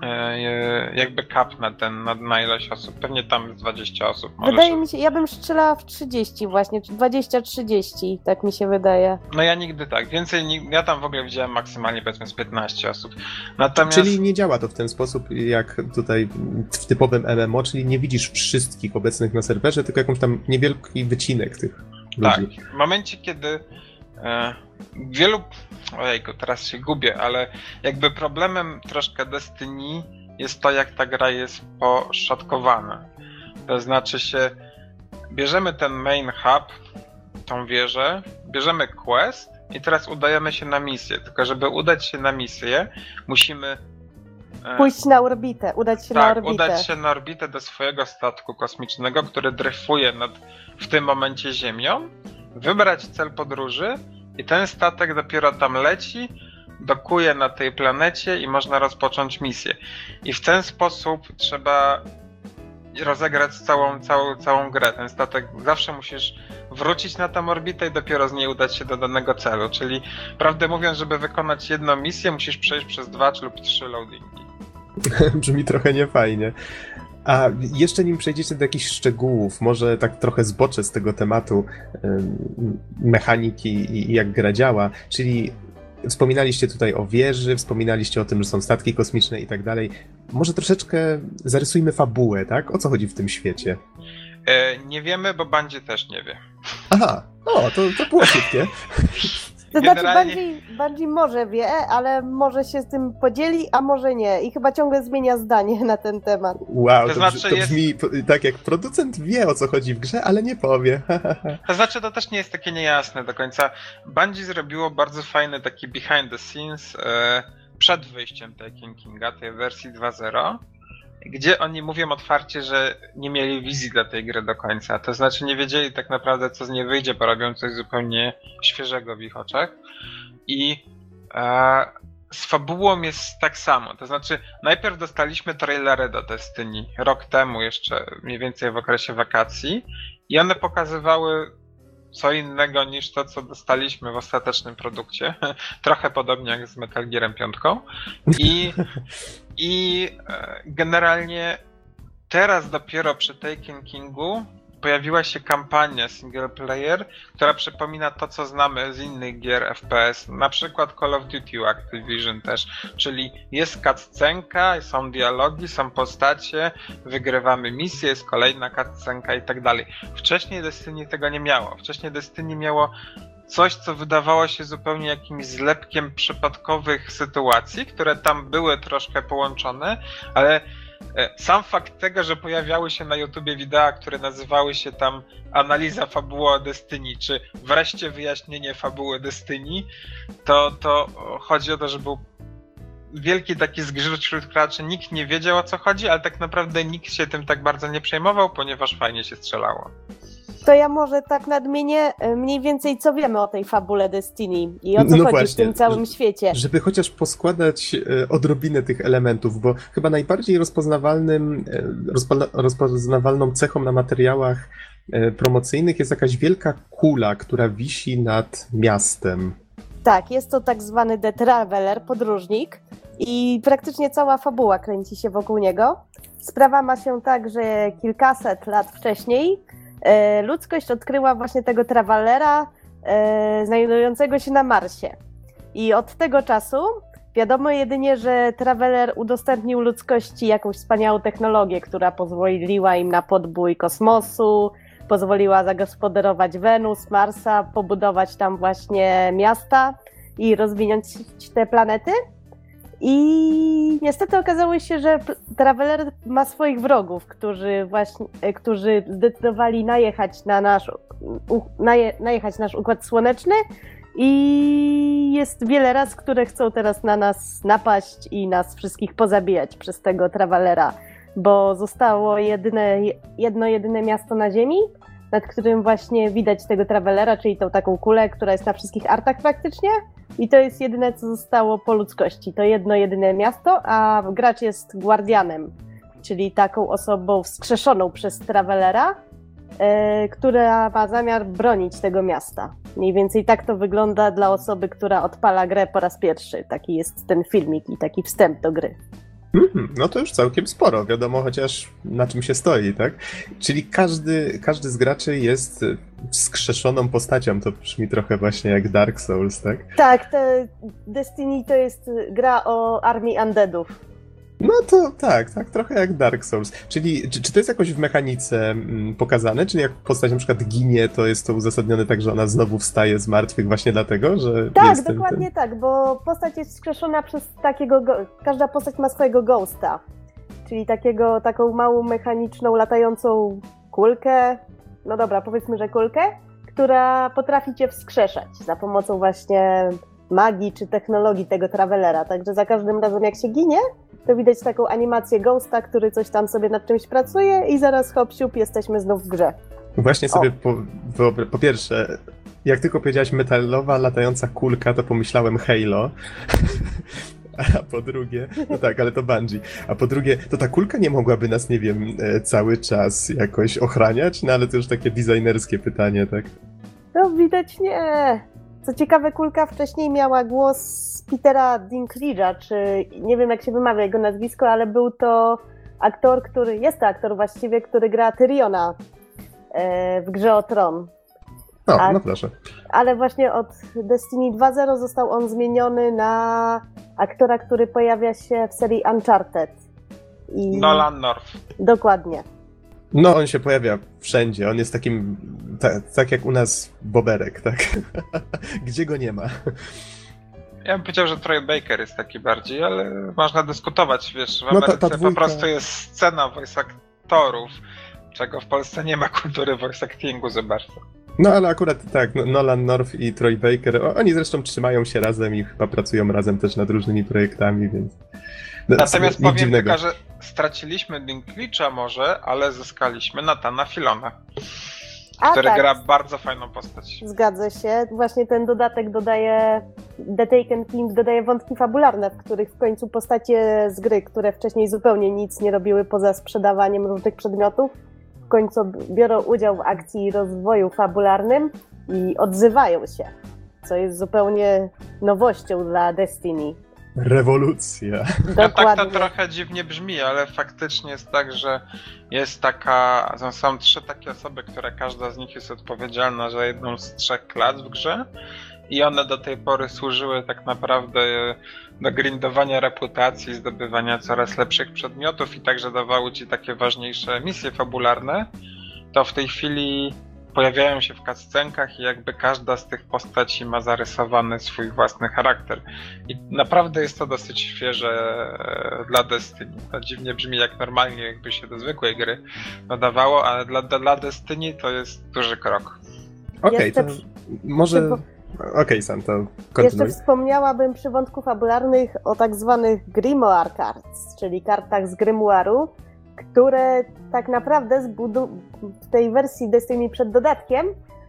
jakby cap na ten, na, na ileś osób. Pewnie tam jest dwadzieścia osób. Może wydaje się... mi się, ja bym strzelała w trzydzieści właśnie, czy dwadzieścia trzydzieści, tak mi się wydaje. No ja nigdy tak. Więcej, ja tam w ogóle widziałem maksymalnie powiedzmy z piętnaście osób. Natomiast... Czyli nie działa to w ten sposób jak tutaj w typowym M M O, czyli nie widzisz wszystkich obecnych na serwerze, tylko jakąś tam niewielki wycinek tych ludzi. Tak. W momencie, kiedy e, wielu... Ojejku, teraz się gubię, ale jakby problemem troszkę Destiny jest to, jak ta gra jest poszatkowana. To znaczy się, bierzemy ten main hub, tą wieżę, bierzemy quest i teraz udajemy się na misję. Tylko żeby udać się na misję, musimy... E, Pójść na orbitę, udać się tak, na orbitę. udać się na orbitę do swojego statku kosmicznego, który dryfuje nad w tym momencie Ziemią, wybrać cel podróży i ten statek dopiero tam leci, dokuje na tej planecie i można rozpocząć misję. I w ten sposób trzeba rozegrać całą, całą, całą grę. Ten statek zawsze musisz wrócić na tę orbitę i dopiero z niej udać się do danego celu. Czyli prawdę mówiąc, żeby wykonać jedną misję, musisz przejść przez dwa lub trzy loadingi. Brzmi trochę niefajnie. A jeszcze nim przejdziecie do jakichś szczegółów, może tak trochę zboczę z tego tematu mechaniki i jak gra działa, czyli wspominaliście tutaj o wieży, wspominaliście o tym, że są statki kosmiczne i tak dalej. Może troszeczkę zarysujmy fabułę, tak? O co chodzi w tym świecie? E, nie wiemy, bo Bungie też nie wie. Aha, o, to, to było szybkie. To Generalnie... znaczy Bungie, Bungie może wie, ale może się z tym podzieli, a może nie. I chyba ciągle zmienia zdanie na ten temat. Wow, to, to, znaczy brzmi, to jest... brzmi tak jak producent wie, o co chodzi w grze, ale nie powie. To znaczy to też nie jest takie niejasne do końca. Bungie zrobiło bardzo fajny taki behind the scenes e, przed wyjściem Taken Kinga, tej wersji dwa zero. gdzie oni mówią otwarcie, że nie mieli wizji dla tej gry do końca. To znaczy nie wiedzieli tak naprawdę, co z niej wyjdzie, bo robią coś zupełnie świeżego w ich oczach. I e, z fabułą jest tak samo. To znaczy najpierw dostaliśmy trailery do Destiny rok temu, jeszcze mniej więcej w okresie wakacji, i one pokazywały co innego niż to, co dostaliśmy w ostatecznym produkcie. Trochę podobnie jak z Metal Gearem pięć. I, i generalnie teraz dopiero przy Taken Kingu pojawiła się kampania single player, która przypomina to, co znamy z innych gier F P S, na przykład Call of Duty Activision też, czyli jest cutscenka, są dialogi, są postacie, wygrywamy misję, jest kolejna cutscenka i tak dalej. Wcześniej Destiny tego nie miało. Wcześniej Destiny miało coś, co wydawało się zupełnie jakimś zlepkiem przypadkowych sytuacji, które tam były troszkę połączone, ale sam fakt tego, że pojawiały się na YouTubie wideo, które nazywały się tam analiza fabuły Destiny, czy wreszcie wyjaśnienie fabuły Destiny, to, to chodzi o to, że był wielki taki zgrzyt wśród graczy, nikt nie wiedział, o co chodzi, ale tak naprawdę nikt się tym tak bardzo nie przejmował, ponieważ fajnie się strzelało. To ja może tak nadmienię mniej więcej, co wiemy o tej fabule Destiny i o co no chodzi właśnie, w tym całym że, świecie. Żeby chociaż poskładać odrobinę tych elementów, bo chyba najbardziej rozpoznawalnym, rozpo, rozpoznawalną cechą na materiałach promocyjnych jest jakaś wielka kula, która wisi nad miastem. Tak, jest to tak zwany The Traveler, podróżnik, i praktycznie cała fabuła kręci się wokół niego. Sprawa ma się tak, że kilkaset lat wcześniej e, ludzkość odkryła właśnie tego Travelera e, znajdującego się na Marsie. I od tego czasu wiadomo jedynie, że Traveler udostępnił ludzkości jakąś wspaniałą technologię, która pozwoliła im na podbój kosmosu, pozwoliła zagospodarować Wenus, Marsa, pobudować tam właśnie miasta i rozwinąć te planety. I niestety okazało się, że Traveler ma swoich wrogów, którzy właśnie, którzy zdecydowali najechać na nasz, naje, najechać nasz Układ Słoneczny, i jest wiele ras, które chcą teraz na nas napaść i nas wszystkich pozabijać przez tego Travelera, bo zostało jedyne, jedno jedyne miasto na Ziemi, nad którym właśnie widać tego Travelera, czyli tą taką kulę, która jest na wszystkich artach praktycznie, i to jest jedyne, co zostało po ludzkości. To jedno jedyne miasto, a gracz jest Guardianem, czyli taką osobą wskrzeszoną przez Travelera, yy, która ma zamiar bronić tego miasta. Mniej więcej tak to wygląda dla osoby, która odpala grę po raz pierwszy. Taki jest ten filmik i taki wstęp do gry. Mm, no to już całkiem sporo, wiadomo chociaż na czym się stoi, tak? Czyli każdy, każdy z graczy jest wskrzeszoną postacią, to brzmi trochę właśnie jak Dark Souls, tak? Tak, te Destiny to jest gra o armii undeadów. No to tak, tak, trochę jak Dark Souls. Czyli czy, czy to jest jakoś w mechanice mm, pokazane? Czyli jak postać na przykład ginie, to jest to uzasadnione tak, że ona znowu wstaje z martwych właśnie dlatego, że Tak, jest dokładnie ten... tak, bo postać jest wskrzeszona przez takiego, go- każda postać ma swojego ghosta, czyli takiego, taką małą mechaniczną, latającą kulkę, no dobra, powiedzmy, że kulkę, która potrafi cię wskrzeszać za pomocą właśnie magii czy technologii tego Travelera, także za każdym razem jak się ginie, to widać taką animację ghosta, który coś tam sobie nad czymś pracuje, i zaraz hop siup, jesteśmy znów w grze. Właśnie sobie po, wyobra- po pierwsze, jak tylko powiedziałaś metalowa, latająca kulka, to pomyślałem Halo. A po drugie, no tak, ale to Bungie. A po drugie, to ta kulka nie mogłaby nas, nie wiem, cały czas jakoś ochraniać? No ale to już takie designerskie pytanie, tak? No widać nie. Co ciekawe, kulka wcześniej miała głos Petera Dinklage'a, czy nie wiem jak się wymawia jego nazwisko, ale był to aktor, który, jest to aktor właściwie, który gra Tyriona e, w grze o Tron. O, A, no proszę. Ale właśnie od Destiny dwa zero został on zmieniony na aktora, który pojawia się w serii Uncharted. I... Nolan North. Dokładnie. No, on się pojawia wszędzie, on jest takim, ta, tak jak u nas Boberek, tak? Gdzie go nie ma? Ja bym powiedział, że Troy Baker jest taki bardziej, ale można dyskutować, wiesz, w No ta- Ameryce ta dwójka- po prostu jest scena voice aktorów, czego w Polsce nie ma kultury voice actingu za bardzo. No ale akurat tak, no- Nolan North i Troy Baker, o, oni zresztą trzymają się razem i chyba pracują razem też nad różnymi projektami, więc... No, Natomiast nic powiem dziwnego. tylko, że straciliśmy Dinklage'a może, ale zyskaliśmy Nathana Filona, A który tak, gra bardzo fajną postać. zgadza się. Właśnie ten dodatek dodaje, The Taken King dodaje wątki fabularne, w których w końcu postacie z gry, które wcześniej zupełnie nic nie robiły poza sprzedawaniem różnych przedmiotów, w końcu biorą udział w akcji rozwoju fabularnym i odzywają się, co jest zupełnie nowością dla Destiny. Rewolucja. No tak to Dokładnie. trochę dziwnie brzmi, ale faktycznie jest tak, że jest taka, są trzy takie osoby, które każda z nich jest odpowiedzialna za jedną z trzech klas w grze i one do tej pory służyły tak naprawdę do grindowania reputacji, zdobywania coraz lepszych przedmiotów i także dawały ci takie ważniejsze misje fabularne. To w tej chwili pojawiają się w cutscenkach i jakby każda z tych postaci ma zarysowany swój własny charakter. I naprawdę jest to dosyć świeże e, dla Destiny. To dziwnie brzmi jak normalnie, jakby się do zwykłej gry dodawało, ale dla, dla Destiny to jest duży krok. Okej, Jeszcze to przy- może... przy- Okej, Sam, to Jeszcze kontynuuj. wspomniałabym przy wątku fabularnych o tak zwanych Grimoire Cards, czyli kartach z Grimoire'u, które tak naprawdę zbudu- w tej wersji Destiny przed dodatkiem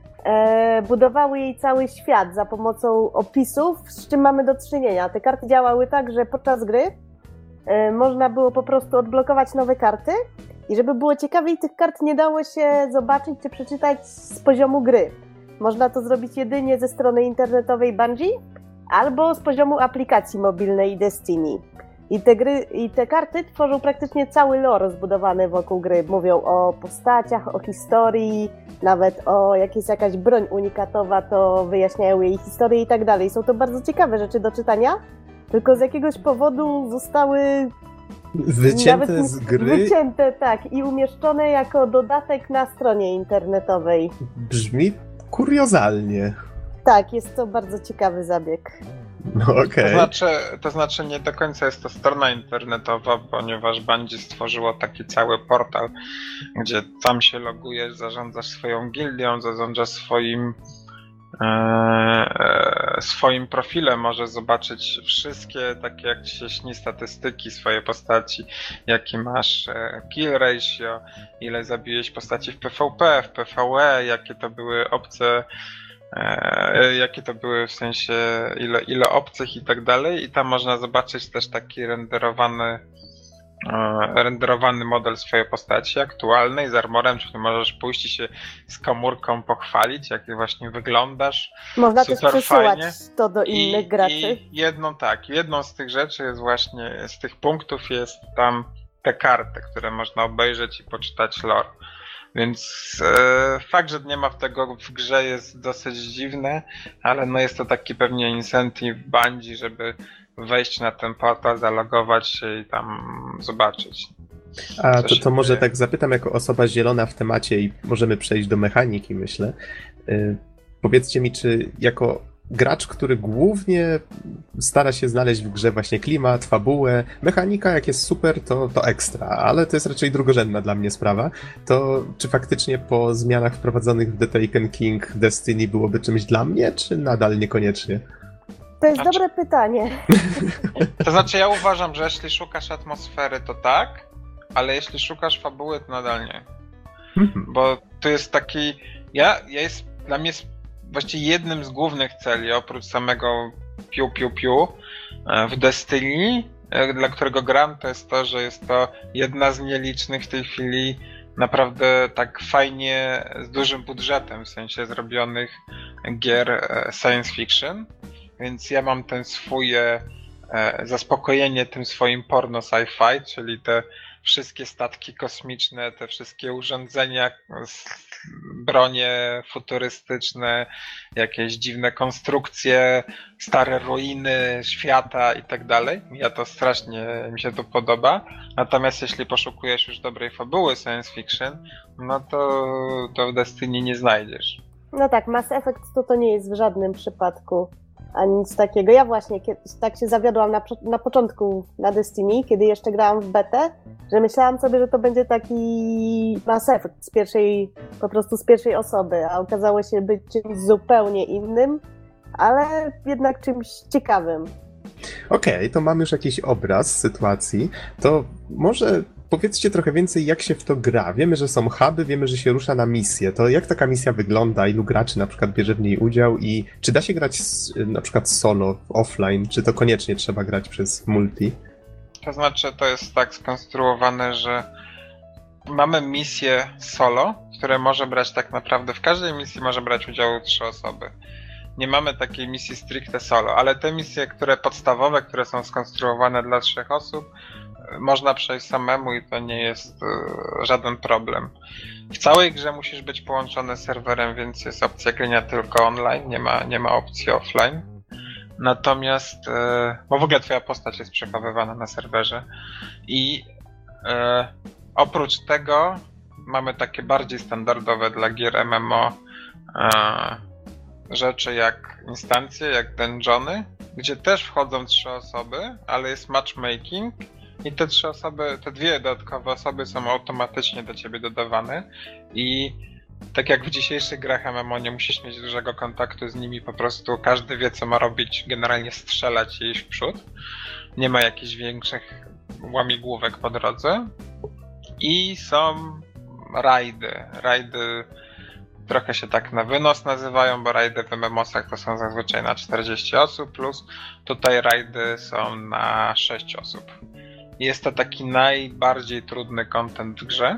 e, budowały jej cały świat za pomocą opisów, z czym mamy do czynienia. Te karty działały tak, że podczas gry e, można było po prostu odblokować nowe karty i żeby było ciekawiej, tych kart nie dało się zobaczyć czy przeczytać z poziomu gry. Można to zrobić jedynie ze strony internetowej Bungie albo z poziomu aplikacji mobilnej Destiny. I te, gry, I te karty tworzą praktycznie cały lore zbudowany wokół gry. Mówią o postaciach, o historii, nawet o jak jest jakaś broń unikatowa, to wyjaśniają jej historię i tak dalej. Są to bardzo ciekawe rzeczy do czytania, tylko z jakiegoś powodu zostały Wycięte nawet z gry wycięte, tak, i umieszczone jako dodatek na stronie internetowej. brzmi kuriozalnie. Tak, jest to bardzo ciekawy zabieg. No To okej. znaczy, to znaczy nie do końca jest to strona internetowa, ponieważ Bungie stworzyło taki cały portal, gdzie tam się logujesz, zarządzasz swoją gildią, zarządzasz swoim e, e, swoim profilem, możesz zobaczyć wszystkie takie jak ci się śni statystyki swojej postaci, jaki masz e, kill ratio, ile zabiłeś postaci w PvP, w PvE, jakie to były obce E, jakie to były w sensie ile, ile obcych i tak dalej i tam można zobaczyć też taki renderowany e, renderowany model swojej postaci aktualnej z armorem, czyli możesz pójść i się z komórką pochwalić, jak właśnie wyglądasz. Można Super też przesyłać fajnie. to do innych I, graczy. I jedną tak, jedną z tych rzeczy jest właśnie, z tych punktów jest tam te karty, które można obejrzeć i poczytać lore. Więc e, fakt, że nie ma tego w grze jest dosyć dziwne, ale no jest to taki pewnie incentive Bungie, żeby wejść na ten portal, zalogować się i tam zobaczyć. A co to, się to może dzieje. tak zapytam jako osoba zielona w temacie i możemy przejść do mechaniki, myślę. Yy, powiedzcie mi, czy jako gracz, który głównie stara się znaleźć w grze właśnie klimat, fabułę, mechanika jak jest super, to, to ekstra, ale to jest raczej drugorzędna dla mnie sprawa, to czy faktycznie po zmianach wprowadzonych w The Taken King Destiny byłoby czymś dla mnie, czy nadal niekoniecznie? To jest Znaczy- dobre pytanie. To znaczy ja uważam, że jeśli szukasz atmosfery, to tak, ale jeśli szukasz fabuły, to nadal nie. Mhm. Bo to jest taki, ja, ja jest, dla mnie jest właściwie jednym z głównych celi, oprócz samego piu piu piu e, w Destiny, e, dla którego gram, to jest to, że jest to jedna z nielicznych w tej chwili naprawdę tak fajnie, z dużym budżetem, w sensie zrobionych gier e, science fiction, więc ja mam ten swój e, zaspokojenie tym swoim porno sci-fi, czyli te wszystkie statki kosmiczne, te wszystkie urządzenia, bronie futurystyczne, jakieś dziwne konstrukcje, stare ruiny świata i tak dalej. Ja to strasznie, mi się to podoba. Natomiast jeśli poszukujesz już dobrej fabuły science fiction, no to, to w Destiny nie znajdziesz. No tak, Mass Effect to, to nie jest w żadnym przypadku a nic takiego. Ja właśnie tak się zawiodłam na, na początku na Destiny, kiedy jeszcze grałam w betę, że myślałam sobie, że to będzie taki Mass Effect z pierwszej, po prostu z pierwszej osoby, a okazało się być czymś zupełnie innym, ale jednak czymś ciekawym. Okej, okay, to mam już jakiś obraz sytuacji, to może powiedzcie trochę więcej, jak się w to gra. Wiemy, że są huby, wiemy, że się rusza na misję. To jak taka misja wygląda? Ilu graczy na przykład bierze w niej udział? I czy da się grać na przykład solo, offline? Czy to koniecznie trzeba grać przez multi? To znaczy, to jest tak skonstruowane, że mamy misję solo, w której może brać tak naprawdę, w każdej misji może brać udział trzy osoby. Nie mamy takiej misji stricte solo, ale te misje, które podstawowe, które są skonstruowane dla trzech osób, można przejść samemu i to nie jest y, żaden problem. W całej grze musisz być połączony z serwerem, więc jest opcja grania tylko online, nie ma, nie ma opcji offline. Natomiast, y, bo w ogóle twoja postać jest przechowywana na serwerze i y, oprócz tego mamy takie bardziej standardowe dla gier M M O y, rzeczy jak instancje, jak dungeony, gdzie też wchodzą trzy osoby, ale jest matchmaking. I te trzy osoby, te dwie dodatkowe osoby są automatycznie do ciebie dodawane i tak jak w dzisiejszych grach M M O nie musisz mieć dużego kontaktu z nimi, po prostu każdy wie co ma robić, generalnie strzelać i iść w przód. Nie ma jakichś większych łamigłówek po drodze. I są rajdy. Rajdy trochę się tak na wynos nazywają, bo rajdy w M M O-sach to są zazwyczaj na czterdzieści osób, plus tutaj rajdy są na sześć osób. Jest to taki najbardziej trudny content w grze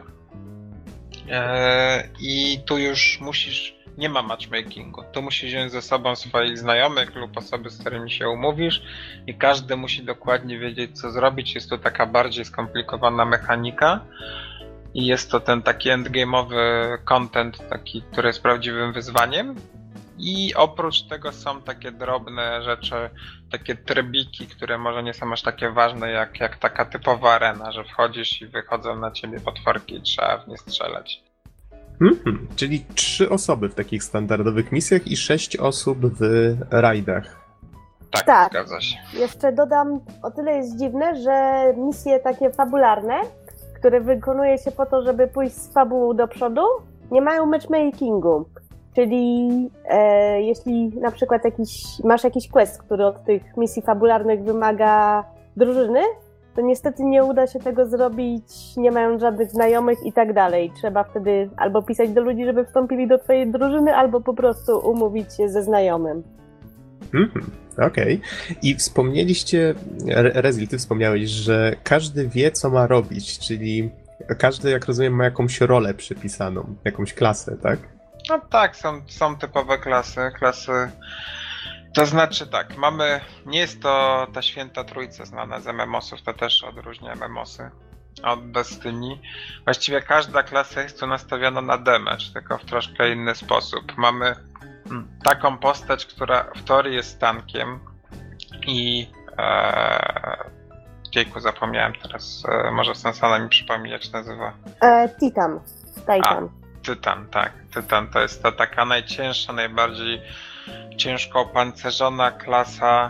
eee, i tu już musisz, nie ma matchmakingu, tu musisz wziąć ze sobą swoich znajomych lub osoby, z którymi się umówisz i każdy musi dokładnie wiedzieć co zrobić, jest to taka bardziej skomplikowana mechanika i jest to ten taki endgame'owy content, taki, który jest prawdziwym wyzwaniem. I oprócz tego są takie drobne rzeczy, takie trybiki, które może nie są aż takie ważne jak, jak taka typowa arena, że wchodzisz i wychodzą na ciebie potworki i trzeba w nie strzelać. Mm-hmm. Czyli trzy osoby w takich standardowych misjach i sześć osób w rajdach. Tak, tak, zgadza się. Jeszcze dodam, o tyle jest dziwne, że misje takie fabularne, które wykonuje się po to, żeby pójść z fabułą do przodu, nie mają matchmakingu. Czyli e, jeśli na przykład jakiś, masz jakiś quest, który od tych misji fabularnych wymaga drużyny, to niestety nie uda się tego zrobić, nie mając żadnych znajomych i tak dalej. Trzeba wtedy albo pisać do ludzi, żeby wstąpili do twojej drużyny, albo po prostu umówić się ze znajomym. Mhm, okej. Okay. I wspomnieliście, Rezil, ty wspomniałeś, że każdy wie, co ma robić, czyli każdy, jak rozumiem, ma jakąś rolę przypisaną, jakąś klasę, tak? No tak, są, są typowe klasy, klasy, to znaczy tak, mamy, nie jest to ta święta trójca znana z M M O-sów, to też odróżnia M M O-sy od Destiny. Właściwie każda klasa jest tu nastawiona na damage, tylko w troszkę inny sposób. Mamy taką postać, która w teorii jest tankiem i ee, jejku, zapomniałem teraz, e, może Sensana mi przypomni, jak się nazywa. E, Titan, Titan. A. Tytan, tak. Tytan to jest ta taka najcięższa, najbardziej ciężko opancerzona klasa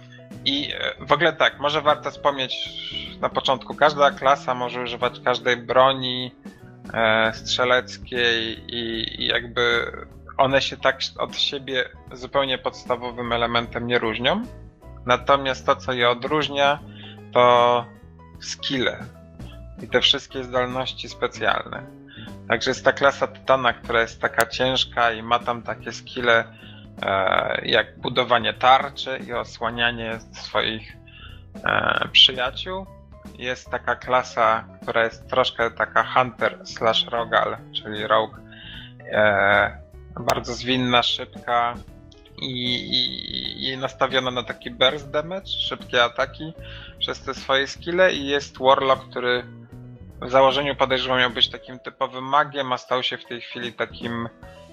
i w ogóle tak, może warto wspomnieć na początku, każda klasa może używać każdej broni e, strzeleckiej i, i jakby one się tak od siebie zupełnie podstawowym elementem nie różnią, natomiast to co je odróżnia to skille i te wszystkie zdolności specjalne. Także jest ta klasa Tytana, która jest taka ciężka i ma tam takie skille e, jak budowanie tarczy i osłanianie swoich e, przyjaciół. Jest taka klasa, która jest troszkę taka Hunter slash Rogal, czyli Rogue. E, bardzo zwinna, szybka i, i, i nastawiona na taki burst damage, szybkie ataki przez te swoje skille i jest Warlock, który w założeniu podejrzewam miał być takim typowym magiem, a stał się w tej chwili takim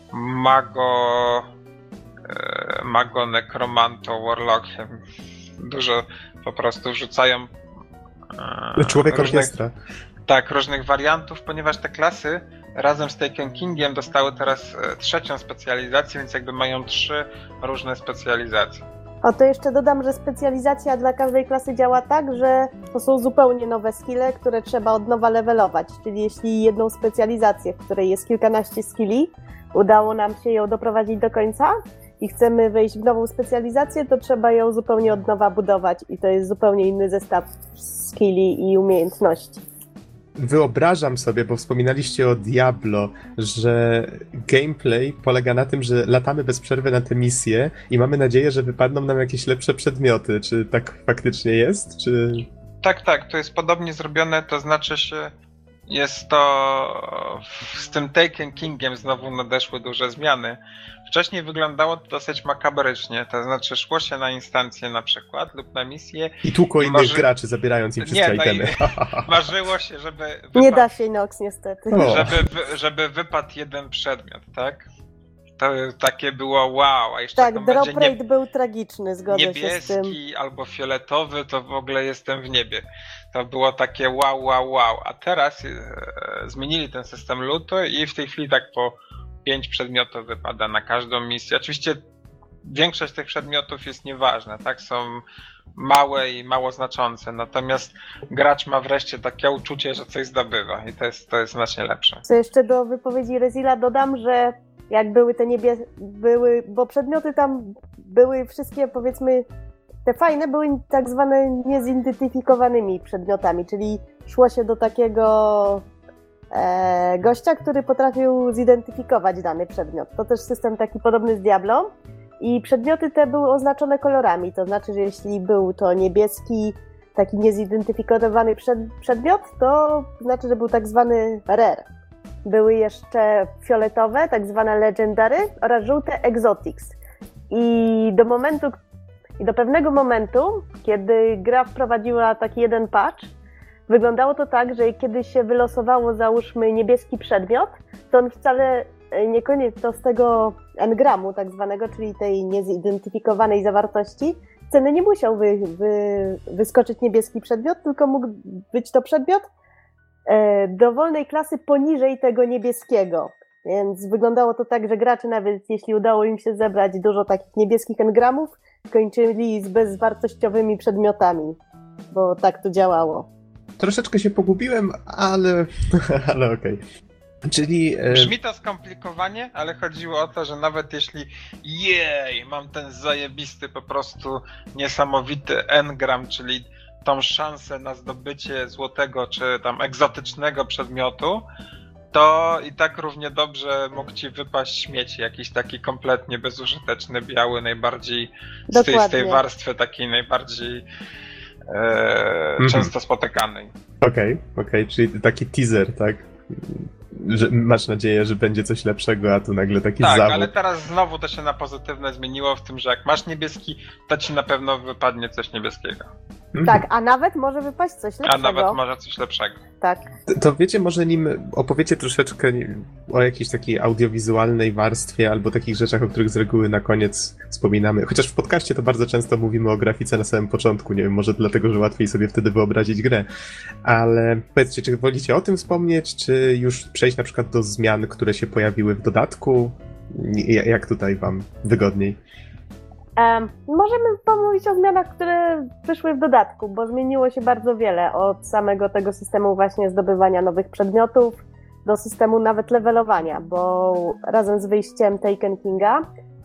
mago... E, mago, nekromanto, warlockiem. Dużo po prostu wrzucają e, Człowiek orkiestra. Tak, różnych wariantów, ponieważ te klasy razem z Taken Kingiem dostały teraz e, trzecią specjalizację, więc jakby mają trzy różne specjalizacje. O, to jeszcze dodam, że specjalizacja dla każdej klasy działa tak, że to są zupełnie nowe skille, które trzeba od nowa levelować. Czyli jeśli jedną specjalizację, w której jest kilkanaście skilli, udało nam się ją doprowadzić do końca i chcemy wejść w nową specjalizację, to trzeba ją zupełnie od nowa budować i to jest zupełnie inny zestaw skilli i umiejętności. Wyobrażam sobie, bo wspominaliście o Diablo, że gameplay polega na tym, że latamy bez przerwy na te misje i mamy nadzieję, że wypadną nam jakieś lepsze przedmioty. Czy tak faktycznie jest? Czy... Tak, tak, to jest podobnie zrobione, to znaczy się, jest to z tym Taken Kingiem znowu nadeszły duże zmiany. Wcześniej wyglądało to dosyć makabrycznie, to znaczy szło się na instancję na przykład lub na misję. I tłukło innych marzy... graczy, zabierając im wszystkie Nie, no itemy. I marzyło się, żeby wypadł, Nie da się Nox niestety. żeby, żeby wypadł jeden przedmiot, tak? To takie było wow, a jeszcze Tak, to drop będzie rate nie... był tragiczny, zgodzę się z tym. niebieski albo fioletowy, to w ogóle jestem w niebie. To było takie wow, wow, wow. A teraz e, zmienili ten system lutu i w tej chwili tak po pięć przedmiotów wypada na każdą misję. Oczywiście większość tych przedmiotów jest nieważna, tak? Są małe i mało znaczące, natomiast gracz ma wreszcie takie uczucie, że coś zdobywa i to jest, to jest znacznie lepsze. Co jeszcze do wypowiedzi Rezila dodam, że jak były te niebie... były, bo przedmioty tam były wszystkie, powiedzmy, te fajne były tak zwane niezidentyfikowanymi przedmiotami, czyli szło się do takiego e, gościa, który potrafił zidentyfikować dany przedmiot. To też system taki podobny z Diablo i przedmioty te były oznaczone kolorami, to znaczy, że jeśli był to niebieski, taki niezidentyfikowany przed, przedmiot, to znaczy, że był tak zwany rare. Były jeszcze fioletowe, tak zwane legendary oraz żółte exotics. I do momentu, i do pewnego momentu, kiedy gra wprowadziła taki jeden patch, wyglądało to tak, że kiedy się wylosowało, załóżmy, niebieski przedmiot, to on wcale nie koniec to z tego engramu tak zwanego, czyli tej niezidentyfikowanej zawartości, ceny nie musiał wy, wy, wyskoczyć niebieski przedmiot, tylko mógł być to przedmiot e, dowolnej klasy poniżej tego niebieskiego. Więc wyglądało to tak, że gracze nawet jeśli udało im się zebrać dużo takich niebieskich engramów, kończyli z bezwartościowymi przedmiotami, bo tak to działało. Troszeczkę się pogubiłem, ale, ale okej. Okay. Czyli... E... Brzmi to skomplikowanie, ale chodziło o to, że nawet jeśli jej, mam ten zajebisty po prostu niesamowity engram, czyli tą szansę na zdobycie złotego czy tam egzotycznego przedmiotu, to i tak równie dobrze mógł ci wypaść śmieć, jakiś taki kompletnie bezużyteczny, biały, najbardziej z tej, z tej warstwy takiej najbardziej e, mm-hmm. często spotykanej. Okej, okay, okej, okay. Czyli taki teaser, tak? Że masz nadzieję, że będzie coś lepszego, a tu nagle taki tak, zawód. Tak, ale teraz znowu to się na pozytywne zmieniło w tym, że jak masz niebieski, to ci na pewno wypadnie coś niebieskiego. Mhm. Tak, a nawet może wypaść coś lepszego. A nawet może coś lepszego. Tak. To, to wiecie, może nim opowiecie troszeczkę o jakiejś takiej audiowizualnej warstwie albo takich rzeczach, o których z reguły na koniec wspominamy. Chociaż w podcaście to bardzo często mówimy o grafice na samym początku, nie wiem, może dlatego, że łatwiej sobie wtedy wyobrazić grę. Ale powiedzcie, czy wolicie o tym wspomnieć, czy już przejść na przykład do zmian, które się pojawiły w dodatku? Jak tutaj wam wygodniej? Um, możemy pomówić o zmianach, które wyszły w dodatku, bo zmieniło się bardzo wiele od samego tego systemu właśnie zdobywania nowych przedmiotów do systemu nawet levelowania, bo razem z wyjściem Taken Kinga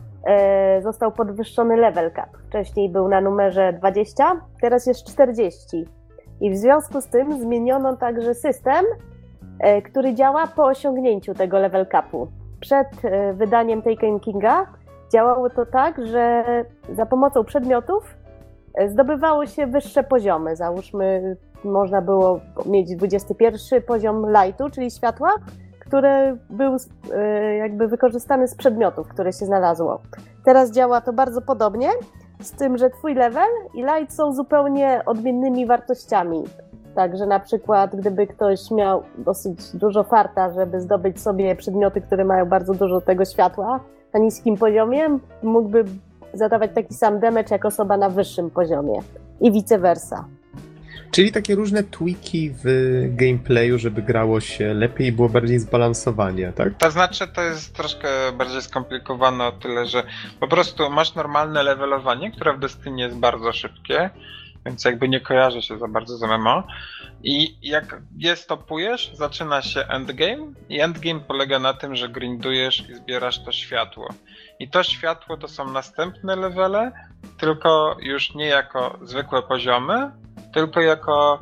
e, został podwyższony level cap. Wcześniej był na numerze dwadzieścia, teraz jest czterdzieści. I w związku z tym zmieniono także system, e, który działa po osiągnięciu tego level capu. Przed e, wydaniem Taken Kinga działało to tak, że za pomocą przedmiotów zdobywało się wyższe poziomy. Załóżmy, można było mieć dwudziesty pierwszy poziom lightu, czyli światła, który był jakby wykorzystany z przedmiotów, które się znalazło. Teraz działa to bardzo podobnie, z tym, że twój level i light są zupełnie odmiennymi wartościami. Także na przykład, gdyby ktoś miał dosyć dużo farta, żeby zdobyć sobie przedmioty, które mają bardzo dużo tego światła, na niskim poziomie, mógłby zadawać taki sam damage jak osoba na wyższym poziomie i vice versa. Czyli takie różne tweaki w gameplayu, żeby grało się lepiej i było bardziej zbalansowanie, tak? To znaczy, to jest troszkę bardziej skomplikowane o tyle, że po prostu masz normalne levelowanie, które w Destiny jest bardzo szybkie, więc jakby nie kojarzy się za bardzo z M M O. I jak je stopujesz, zaczyna się endgame i endgame polega na tym, że grindujesz i zbierasz to światło. I to światło to są następne levele, tylko już nie jako zwykłe poziomy, tylko jako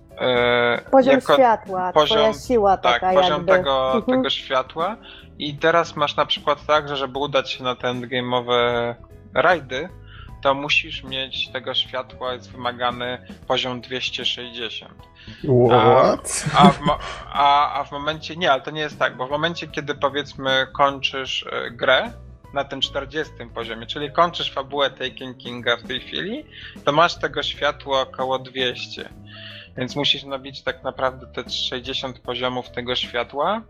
e, Poziom jako światła, poziom, twoja siła tak, taka poziom jakby. tego, Mhm. tego światła. I teraz masz na przykład tak, że żeby udać się na te endgame'owe rajdy, to musisz mieć tego światła, jest wymagany poziom dwieście sześćdziesiąt. What? A, a, w, mo- a, a w momencie, nie, ale to nie jest tak, bo w momencie, kiedy powiedzmy kończysz y, grę na tym czterdziestym poziomie, czyli kończysz fabułę Taken Kinga w tej chwili, to masz tego światła około dwieście. Więc musisz nabić tak naprawdę te sześćdziesiąt poziomów tego światła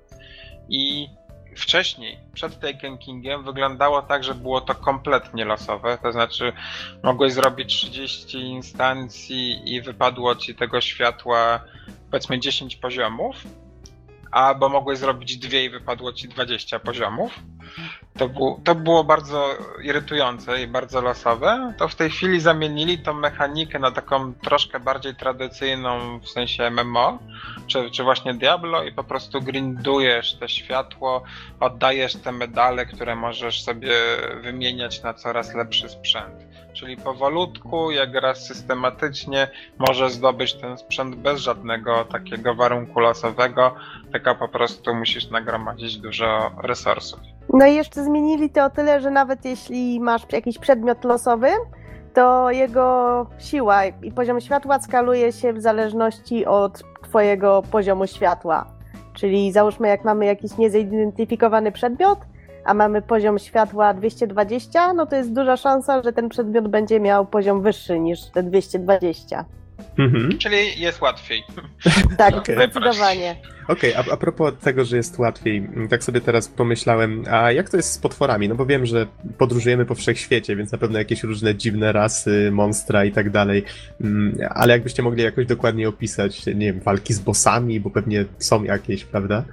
i wcześniej, przed Taken Kingiem, wyglądało tak, że było to kompletnie losowe, to znaczy mogłeś zrobić trzydzieści instancji i wypadło ci tego światła powiedzmy dziesięć poziomów, albo mogłeś zrobić dwie i wypadło ci dwadzieścia poziomów. To, bu- to było bardzo irytujące i bardzo losowe. To w tej chwili zamienili tą mechanikę na taką troszkę bardziej tradycyjną, w sensie M M O, czy, czy właśnie Diablo, i po prostu grindujesz te światło, oddajesz te medale, które możesz sobie wymieniać na coraz lepszy sprzęt. Czyli powolutku, jak raz systematycznie, możesz zdobyć ten sprzęt bez żadnego takiego warunku losowego, tylko po prostu musisz nagromadzić dużo resursów. No i jeszcze zmienili to o tyle, że nawet jeśli masz jakiś przedmiot losowy, to jego siła i poziom światła skaluje się w zależności od twojego poziomu światła. Czyli załóżmy, jak mamy jakiś niezidentyfikowany przedmiot, a mamy poziom światła dwieście dwadzieścia, no to jest duża szansa, że ten przedmiot będzie miał poziom wyższy niż te dwieście dwadzieścia. Mhm. Czyli jest łatwiej. Tak, Okej. zdecydowanie. Okej, a, a propos tego, że jest łatwiej, tak sobie teraz pomyślałem, a jak to jest z potworami? No bo wiem, że podróżujemy po wszechświecie, więc na pewno jakieś różne dziwne rasy, monstra i tak dalej, Mm, ale jakbyście mogli jakoś dokładniej opisać, nie wiem, walki z bossami, bo pewnie są jakieś, prawda?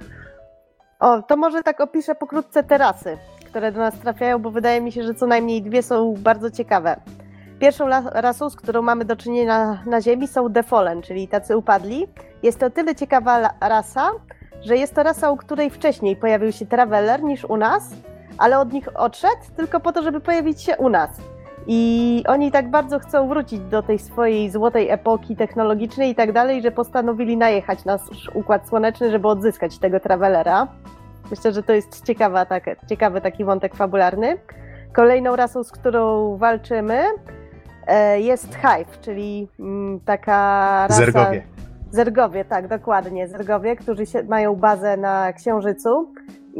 O, to może tak opiszę pokrótce te rasy, które do nas trafiają, bo wydaje mi się, że co najmniej dwie są bardzo ciekawe. Pierwszą la- rasą, z którą mamy do czynienia na, na Ziemi, są The Fallen, czyli tacy upadli. Jest to o tyle ciekawa la- rasa, że jest to rasa, u której wcześniej pojawił się Traveler niż u nas, ale od nich odszedł tylko po to, żeby pojawić się u nas. I oni tak bardzo chcą wrócić do tej swojej złotej epoki technologicznej i tak dalej, że postanowili najechać nasz Układ Słoneczny, żeby odzyskać tego Travelera. Myślę, że to jest ciekawa, tak, ciekawy taki wątek fabularny. Kolejną rasą, z którą walczymy, e, jest Hive, czyli mm, taka rasa... Zergowie. Zergowie, tak, dokładnie. Zergowie, którzy się, mają bazę na Księżycu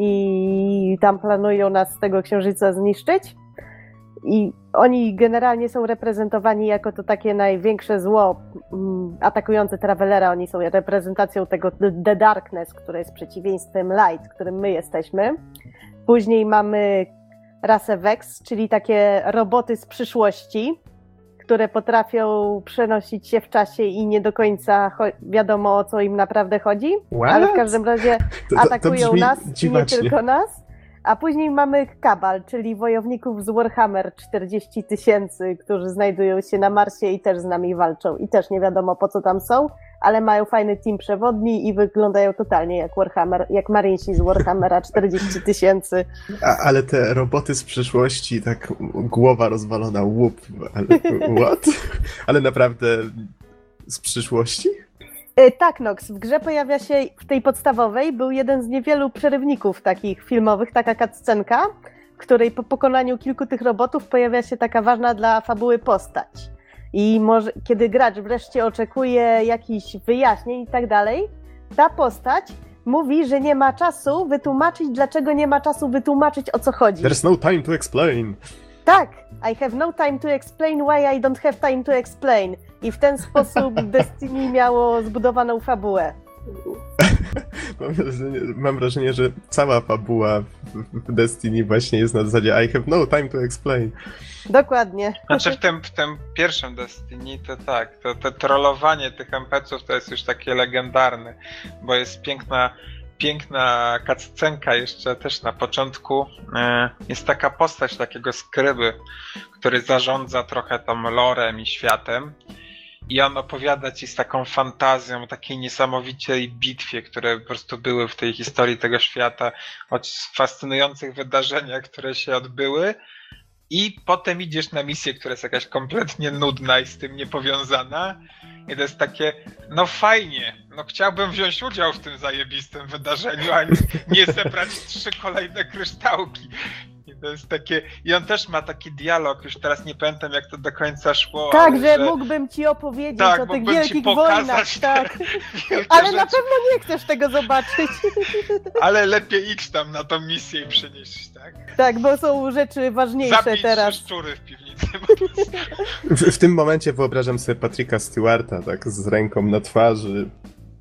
i tam planują nas z tego Księżyca zniszczyć. I oni generalnie są reprezentowani jako to takie największe zło mm, atakujące Travelera. Oni są reprezentacją tego The Darkness, które jest przeciwieństwem Light, którym my jesteśmy. Później mamy rasę Vex, czyli takie roboty z przyszłości, które potrafią przenosić się w czasie i nie do końca cho- wiadomo, o co im naprawdę chodzi. What? Ale w każdym razie To- to- to atakują brzmi nas i nie dziwacznie. tylko nas. A później mamy Kabal, czyli wojowników z Warhammer czterdzieści tysięcy, którzy znajdują się na Marsie i też z nami walczą. I też nie wiadomo, po co tam są, ale mają fajny team przewodni i wyglądają totalnie jak Warhammer, jak Marinesi z Warhammera czterdzieści tysięcy. A, ale te roboty z przyszłości, tak głowa rozwalona, łup, ale what? Ale naprawdę z przyszłości? E, Tak, Nox, w grze pojawia się, w tej podstawowej był jeden z niewielu przerywników takich filmowych, taka cutscenka, w której po pokonaniu kilku tych robotów pojawia się taka ważna dla fabuły postać. I może, kiedy gracz wreszcie oczekuje jakichś wyjaśnień i tak dalej, ta postać mówi, że nie ma czasu wytłumaczyć, dlaczego nie ma czasu wytłumaczyć, o co chodzi. There's no time to explain. Tak, I have no time to explain why I don't have time to explain. I w ten sposób Destiny miało zbudowaną fabułę. mam wrażenie, mam wrażenie, że cała fabuła w, w Destiny właśnie jest na zasadzie I have no time to explain. Dokładnie. Znaczy w tym, w tym pierwszym Destiny to tak, to, to trollowanie tych en pe ce ów to jest już takie legendarne, bo jest piękna piękna cutscenka jeszcze też na początku. Jest taka postać takiego skryby, który zarządza trochę tam lorem i światem i on opowiada ci z taką fantazją o takiej niesamowitej bitwie, które po prostu były w tej historii tego świata, o fascynujących wydarzeniach, które się odbyły. I potem idziesz na misję, która jest jakaś kompletnie nudna i z tym niepowiązana. I to jest takie, no fajnie, no chciałbym wziąć udział w tym zajebistym wydarzeniu, a nie zebrać trzy kolejne kryształki. I to jest takie, i on też ma taki dialog, już teraz nie pamiętam jak to do końca szło. Tak, ale że, że mógłbym ci opowiedzieć tak, o tych mógłbym ci wielkich pokazać wojnach, te tak. wielkie Ale rzeczy. na pewno nie chcesz tego zobaczyć. Ale lepiej iść tam na tą misję i przynieść, tak? Tak, bo są rzeczy ważniejsze Zabić teraz. trzy szczury w piwnicy. W, w tym momencie wyobrażam sobie Patricka Stewarta, tak, z ręką na twarzy.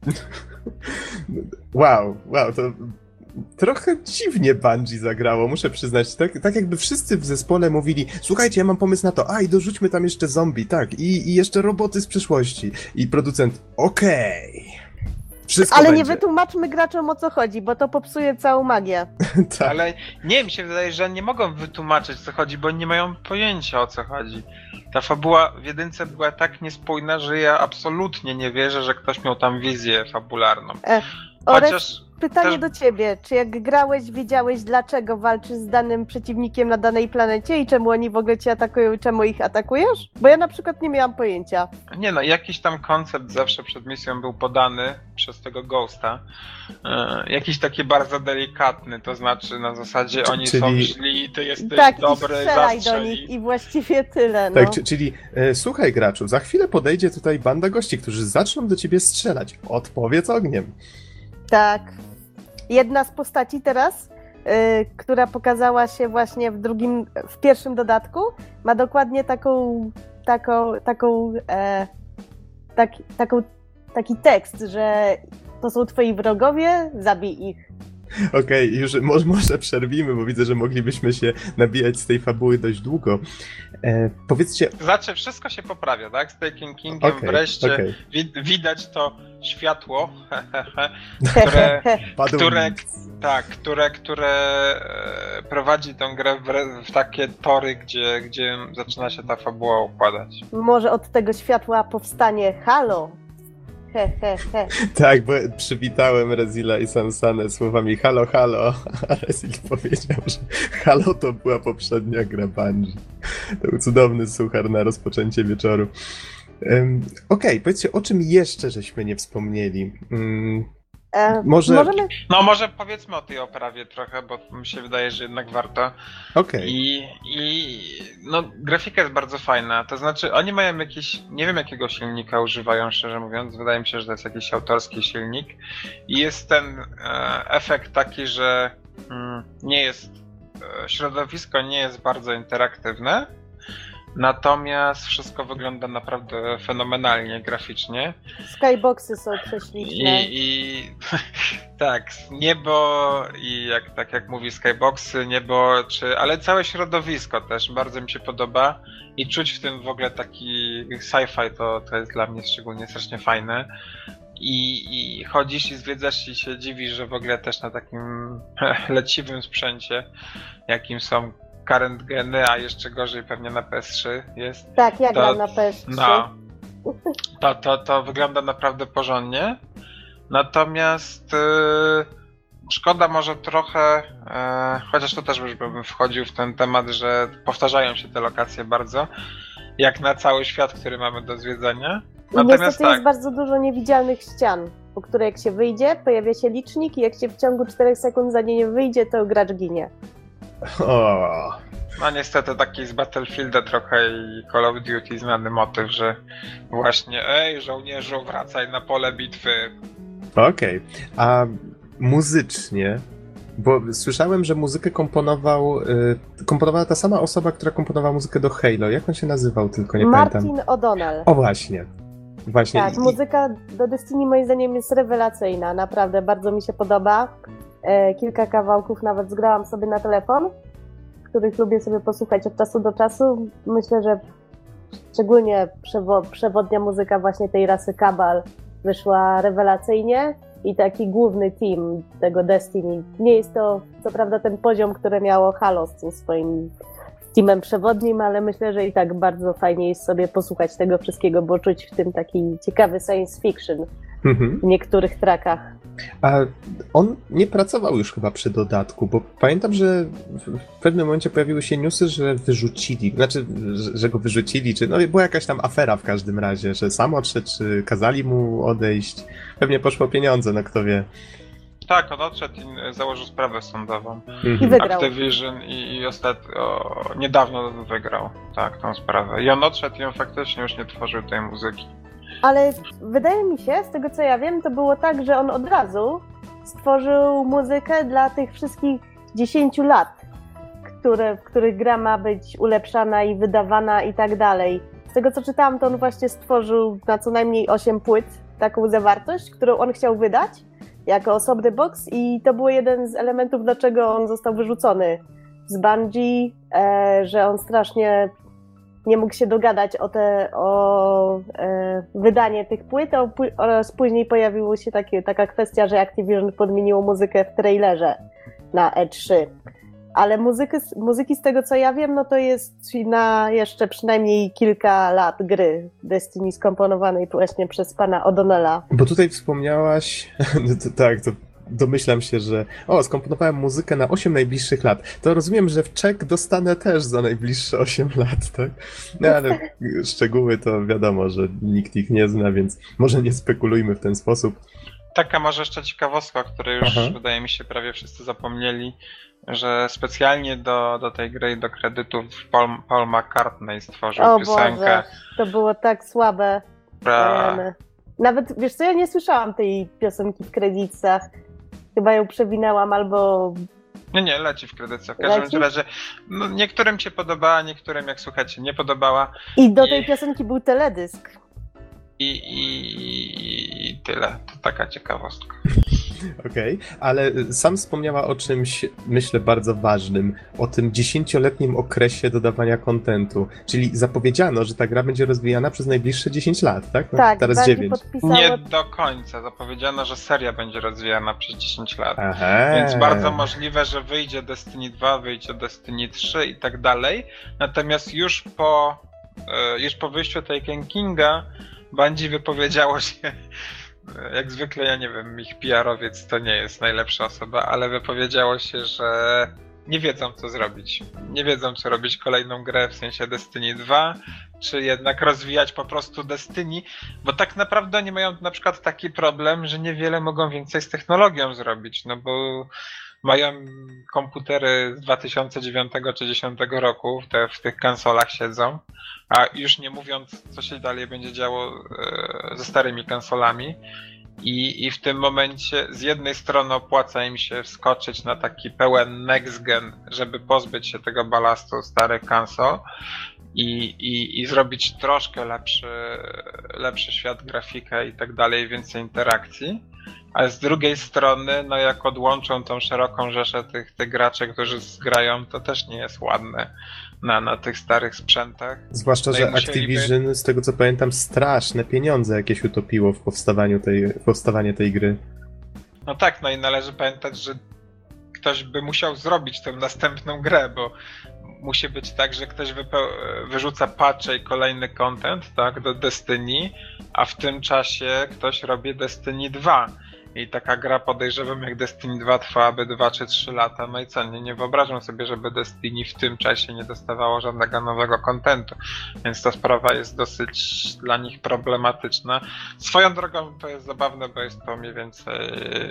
Wow, wow, to trochę dziwnie Bungie zagrało, muszę przyznać. Tak, tak jakby wszyscy w zespole mówili, słuchajcie, ja mam pomysł na to, a i dorzućmy tam jeszcze zombie, tak, i, i jeszcze roboty z przyszłości. I producent, okej. Okay. Wszystko Ale będzie. nie wytłumaczmy graczom o co chodzi, bo to popsuje całą magię. Tak. Ale nie, mi się wydaje, że nie mogą wytłumaczyć o co chodzi, bo nie mają pojęcia o co chodzi. Ta fabuła w jedynce była tak niespójna, że ja absolutnie nie wierzę, że ktoś miał tam wizję fabularną. E, Ores, Chociaż pytanie też... do ciebie. Czy jak grałeś, wiedziałeś dlaczego walczysz z danym przeciwnikiem na danej planecie i czemu oni w ogóle cię atakują i czemu ich atakujesz? Bo ja na przykład nie miałam pojęcia. Nie no, jakiś tam koncept zawsze przed misją był podany przez tego Ghosta. E, jakiś taki bardzo delikatny, to znaczy na zasadzie oni Czyli... są źli, ty jesteś Tak, dobry, i strzelaj do zastrzel nich ich. i właściwie tyle, no. Tak, czy- czyli e, słuchaj graczu, za chwilę podejdzie tutaj banda gości, którzy zaczną do ciebie strzelać. Odpowiedz ogniem. Tak. Jedna z postaci teraz, yy, która pokazała się właśnie w drugim, w pierwszym dodatku, ma dokładnie taką, taką, taką, e, taki, taką, taki tekst, że to są twoi wrogowie, zabij ich. Okej, okay, już może, może przerwimy, bo widzę, że moglibyśmy się nabijać z tej fabuły dość długo. E, powiedzcie... Znaczy, wszystko się poprawia, tak? Z Taken Kingiem okay, wreszcie okay. Wi- widać to światło, które, które, tak, które, które prowadzi tę grę w, w takie tory, gdzie, gdzie zaczyna się ta fabuła układać. Może od tego światła powstanie Halo. He, he, he. Tak, bo przywitałem Rezila i Sansanę słowami halo, halo, a Rezil powiedział, że halo to była poprzednia gra Bungie. To był cudowny suchar na rozpoczęcie wieczoru. Um, Okej, okay, powiedzcie, o czym jeszcze żeśmy nie wspomnieli? Um, e, może... Możemy... No może powiedzmy o tej oprawie trochę, bo mi się wydaje, że jednak warto. Okej. Okay. I, I no grafika jest bardzo fajna, to znaczy oni mają jakiś, nie wiem jakiego silnika używają szczerze mówiąc, wydaje mi się, że to jest jakiś autorski silnik i jest ten e, efekt taki, że mm, nie jest, e, środowisko nie jest bardzo interaktywne, natomiast wszystko wygląda naprawdę fenomenalnie graficznie. Skyboxy są prześliczne. I, i tak, niebo i jak, tak jak mówi Skyboxy, niebo, czy, ale całe środowisko też bardzo mi się podoba i czuć w tym w ogóle taki sci-fi, to, to jest dla mnie szczególnie strasznie fajne. I, I chodzisz i zwiedzasz i się dziwisz, że w ogóle też na takim leciwym sprzęcie, jakim są current geny, a jeszcze gorzej pewnie na P S trzy jest. Tak, ja to, gram na P S trzy. No, to, to, to wygląda naprawdę porządnie. Natomiast yy, szkoda może trochę, yy, chociaż to też już bym wchodził w ten temat, że powtarzają się te lokacje bardzo, jak na cały świat, który mamy do zwiedzania. I Natomiast niestety tak, jest bardzo dużo niewidzialnych ścian, po które jak się wyjdzie, pojawia się licznik i jak się w ciągu czterech sekund za nie nie wyjdzie, to gracz ginie. O. no niestety taki z Battlefielda trochę i Call of Duty znany motyw, że właśnie ej żołnierzu wracaj na pole bitwy. Okej, okay. A muzycznie, bo słyszałem, że muzykę komponował, y, komponowała ta sama osoba, która komponowała muzykę do Halo. Jak on się nazywał, tylko nie Martin pamiętam. O'Donnell. O właśnie. Właśnie. Tak, i- muzyka do Destiny moim zdaniem jest rewelacyjna, naprawdę bardzo mi się podoba. E, kilka kawałków nawet zgrałam sobie na telefon, których lubię sobie posłuchać od czasu do czasu. Myślę, że szczególnie przewo- przewodnia muzyka właśnie tej rasy Cabal wyszła rewelacyjnie i taki główny team tego Destiny. Nie jest to co prawda ten poziom, który miało Halo z tym swoim teamem przewodnim, ale myślę, że i tak bardzo fajnie jest sobie posłuchać tego wszystkiego, bo czuć w tym taki ciekawy science fiction Mhm. w niektórych trackach. A on nie pracował już chyba przy dodatku, bo pamiętam, że w w pewnym momencie pojawiły się newsy, że wyrzucili, znaczy, że, że go wyrzucili, czy no była jakaś tam afera w każdym razie, że sam odszedł, czy kazali mu odejść. Pewnie poszło o pieniądze, no kto wie. Tak, on odszedł i założył sprawę sądową. Mhm. I wygrał. Activision i, i ostatnio, niedawno wygrał, tak, tą sprawę. I on odszedł i on faktycznie już nie tworzył tej muzyki. Ale wydaje mi się, z tego co ja wiem, to było tak, że on od razu stworzył muzykę dla tych wszystkich dziesięciu lat, które, w których gra ma być ulepszana i wydawana i tak dalej. Z tego co czytałam, to on właśnie stworzył na co najmniej osiem płyt taką zawartość, którą on chciał wydać jako osobny box i to był jeden z elementów, dlaczego on został wyrzucony z Bungie, e, że on strasznie nie mógł się dogadać o, te, o e, wydanie tych płyt, o, oraz później pojawiła się takie, taka kwestia, że Activision podmieniło muzykę w trailerze na E trzy. Ale muzyki, muzyki z tego co ja wiem, no to jest na jeszcze przynajmniej kilka lat gry Destiny skomponowanej właśnie przez pana O'Donnella. Bo tutaj wspomniałaś, no to, tak, to domyślam się, że o, skomponowałem muzykę na osiem najbliższych lat. To rozumiem, że w czek dostanę też za najbliższe osiem lat, tak? No ale szczegóły to wiadomo, że nikt ich nie zna, więc może nie spekulujmy w ten sposób. Taka może jeszcze ciekawostka, o której już Aha. wydaje mi się prawie wszyscy zapomnieli, że specjalnie do, do tej gry i do kredytów Paul, Paul McCartney stworzył O piosenkę, Boże, to było tak słabe. która... Rany. Nawet, wiesz co, ja nie słyszałam tej piosenki w kredytach. Chyba ją przewinęłam albo... Nie, nie, leci w kredycie. W każdym Leci? razie no, niektórym się podobała, niektórym, jak słuchacie, nie podobała. I do I- tej piosenki był teledysk. I, i, i tyle. To taka ciekawostka. Okej, ale sam wspomniała o czymś, myślę, bardzo ważnym, o tym dziesięcioletnim okresie dodawania kontentu, czyli zapowiedziano, że ta gra będzie rozwijana przez najbliższe dziesięć lat, tak? No, Tak, teraz Bungie dziewięć. podpisało... Nie do końca. Zapowiedziano, że seria będzie rozwijana przez dziesięć lat. Aha. Więc bardzo możliwe, że wyjdzie Destiny dwa, wyjdzie Destiny trzy i tak dalej. Natomiast już po, e, już po wyjściu Taken Kinga Bungie wypowiedziało się, e, jak zwykle, ja nie wiem, ich P R owiec to nie jest najlepsza osoba, ale wypowiedziało się, że nie wiedzą co zrobić. Nie wiedzą co robić kolejną grę w sensie Destiny dwa, czy jednak rozwijać po prostu Destiny, bo tak naprawdę oni mają na przykład taki problem, że niewiele mogą więcej z technologią zrobić, no bo mają komputery z dwa tysiące dziewiątego czy dwa tysiące dziesiątego roku, te w tych konsolach siedzą, a już nie mówiąc co się dalej będzie działo e, ze starymi konsolami. I, I w tym momencie z jednej strony opłaca im się wskoczyć na taki pełen next gen, żeby pozbyć się tego balastu starych konsol i, i, i zrobić troszkę lepszy, lepszy świat, grafikę i tak dalej, więcej interakcji. Ale z drugiej strony, no jak odłączą tą szeroką rzeszę tych, tych graczy, którzy zgrają, to też nie jest ładne na, na tych starych sprzętach. Zwłaszcza, No i że musieliby- Activision, z tego co pamiętam, straszne pieniądze jakieś utopiło w powstawaniu tej, w powstawanie tej gry. No tak, no i należy pamiętać, że ktoś by musiał zrobić tę następną grę, bo musi być tak, że ktoś wype- wyrzuca patche i kolejny content, tak, do Destiny, a w tym czasie ktoś robi Destiny dwa. I taka gra, podejrzewam, jak Destiny dwa trwałaby dwa czy trzy lata, no i co, nie, nie wyobrażam sobie, żeby Destiny w tym czasie nie dostawało żadnego nowego kontentu, więc ta sprawa jest dosyć dla nich problematyczna. Swoją drogą to jest zabawne, bo jest to mniej więcej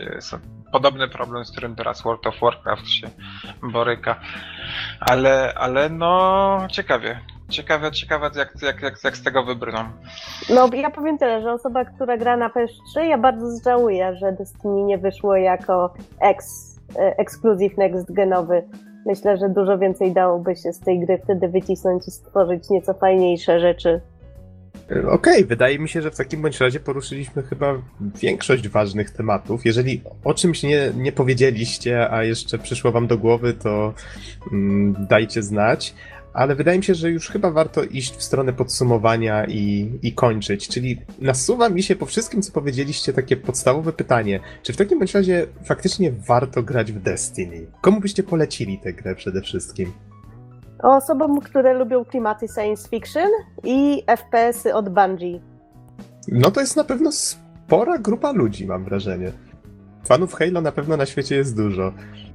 podobny problem, z którym teraz World of Warcraft się boryka, ale, ale no ciekawie. Ciekawe, ciekawe jak, jak, jak, jak z tego wybrną. No ja powiem tyle, że osoba, która gra na P S trzy, ja bardzo żałuję, że Destiny nie wyszło jako ex, ekskluzyw next genowy. Myślę, że dużo więcej dałoby się z tej gry wtedy wycisnąć i stworzyć nieco fajniejsze rzeczy. Okej, okay, wydaje mi się, że w takim bądź razie poruszyliśmy chyba większość ważnych tematów. Jeżeli o czymś nie, nie powiedzieliście, a jeszcze przyszło wam do głowy, to mm, dajcie znać. Ale wydaje mi się, że już chyba warto iść w stronę podsumowania i, i kończyć. Czyli nasuwa mi się po wszystkim, co powiedzieliście, takie podstawowe pytanie. Czy w takim bądź razie faktycznie warto grać w Destiny? Komu byście polecili tę grę przede wszystkim? Osobom, które lubią klimaty science fiction i F P S-y od Bungie. No to jest na pewno spora grupa ludzi, mam wrażenie. Fanów Halo na pewno na świecie jest dużo.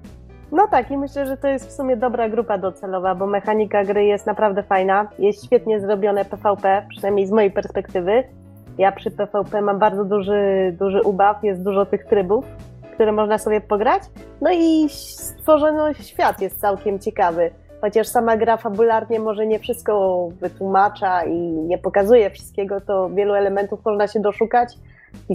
No tak, i myślę, że to jest w sumie dobra grupa docelowa, bo mechanika gry jest naprawdę fajna. Jest świetnie zrobione P V P, przynajmniej z mojej perspektywy. Ja przy P V P mam bardzo duży, duży ubaw, jest dużo tych trybów, które można sobie pograć. No i stworzony świat jest całkiem ciekawy. Chociaż sama gra fabularnie może nie wszystko wytłumacza i nie pokazuje wszystkiego, to wielu elementów można się doszukać i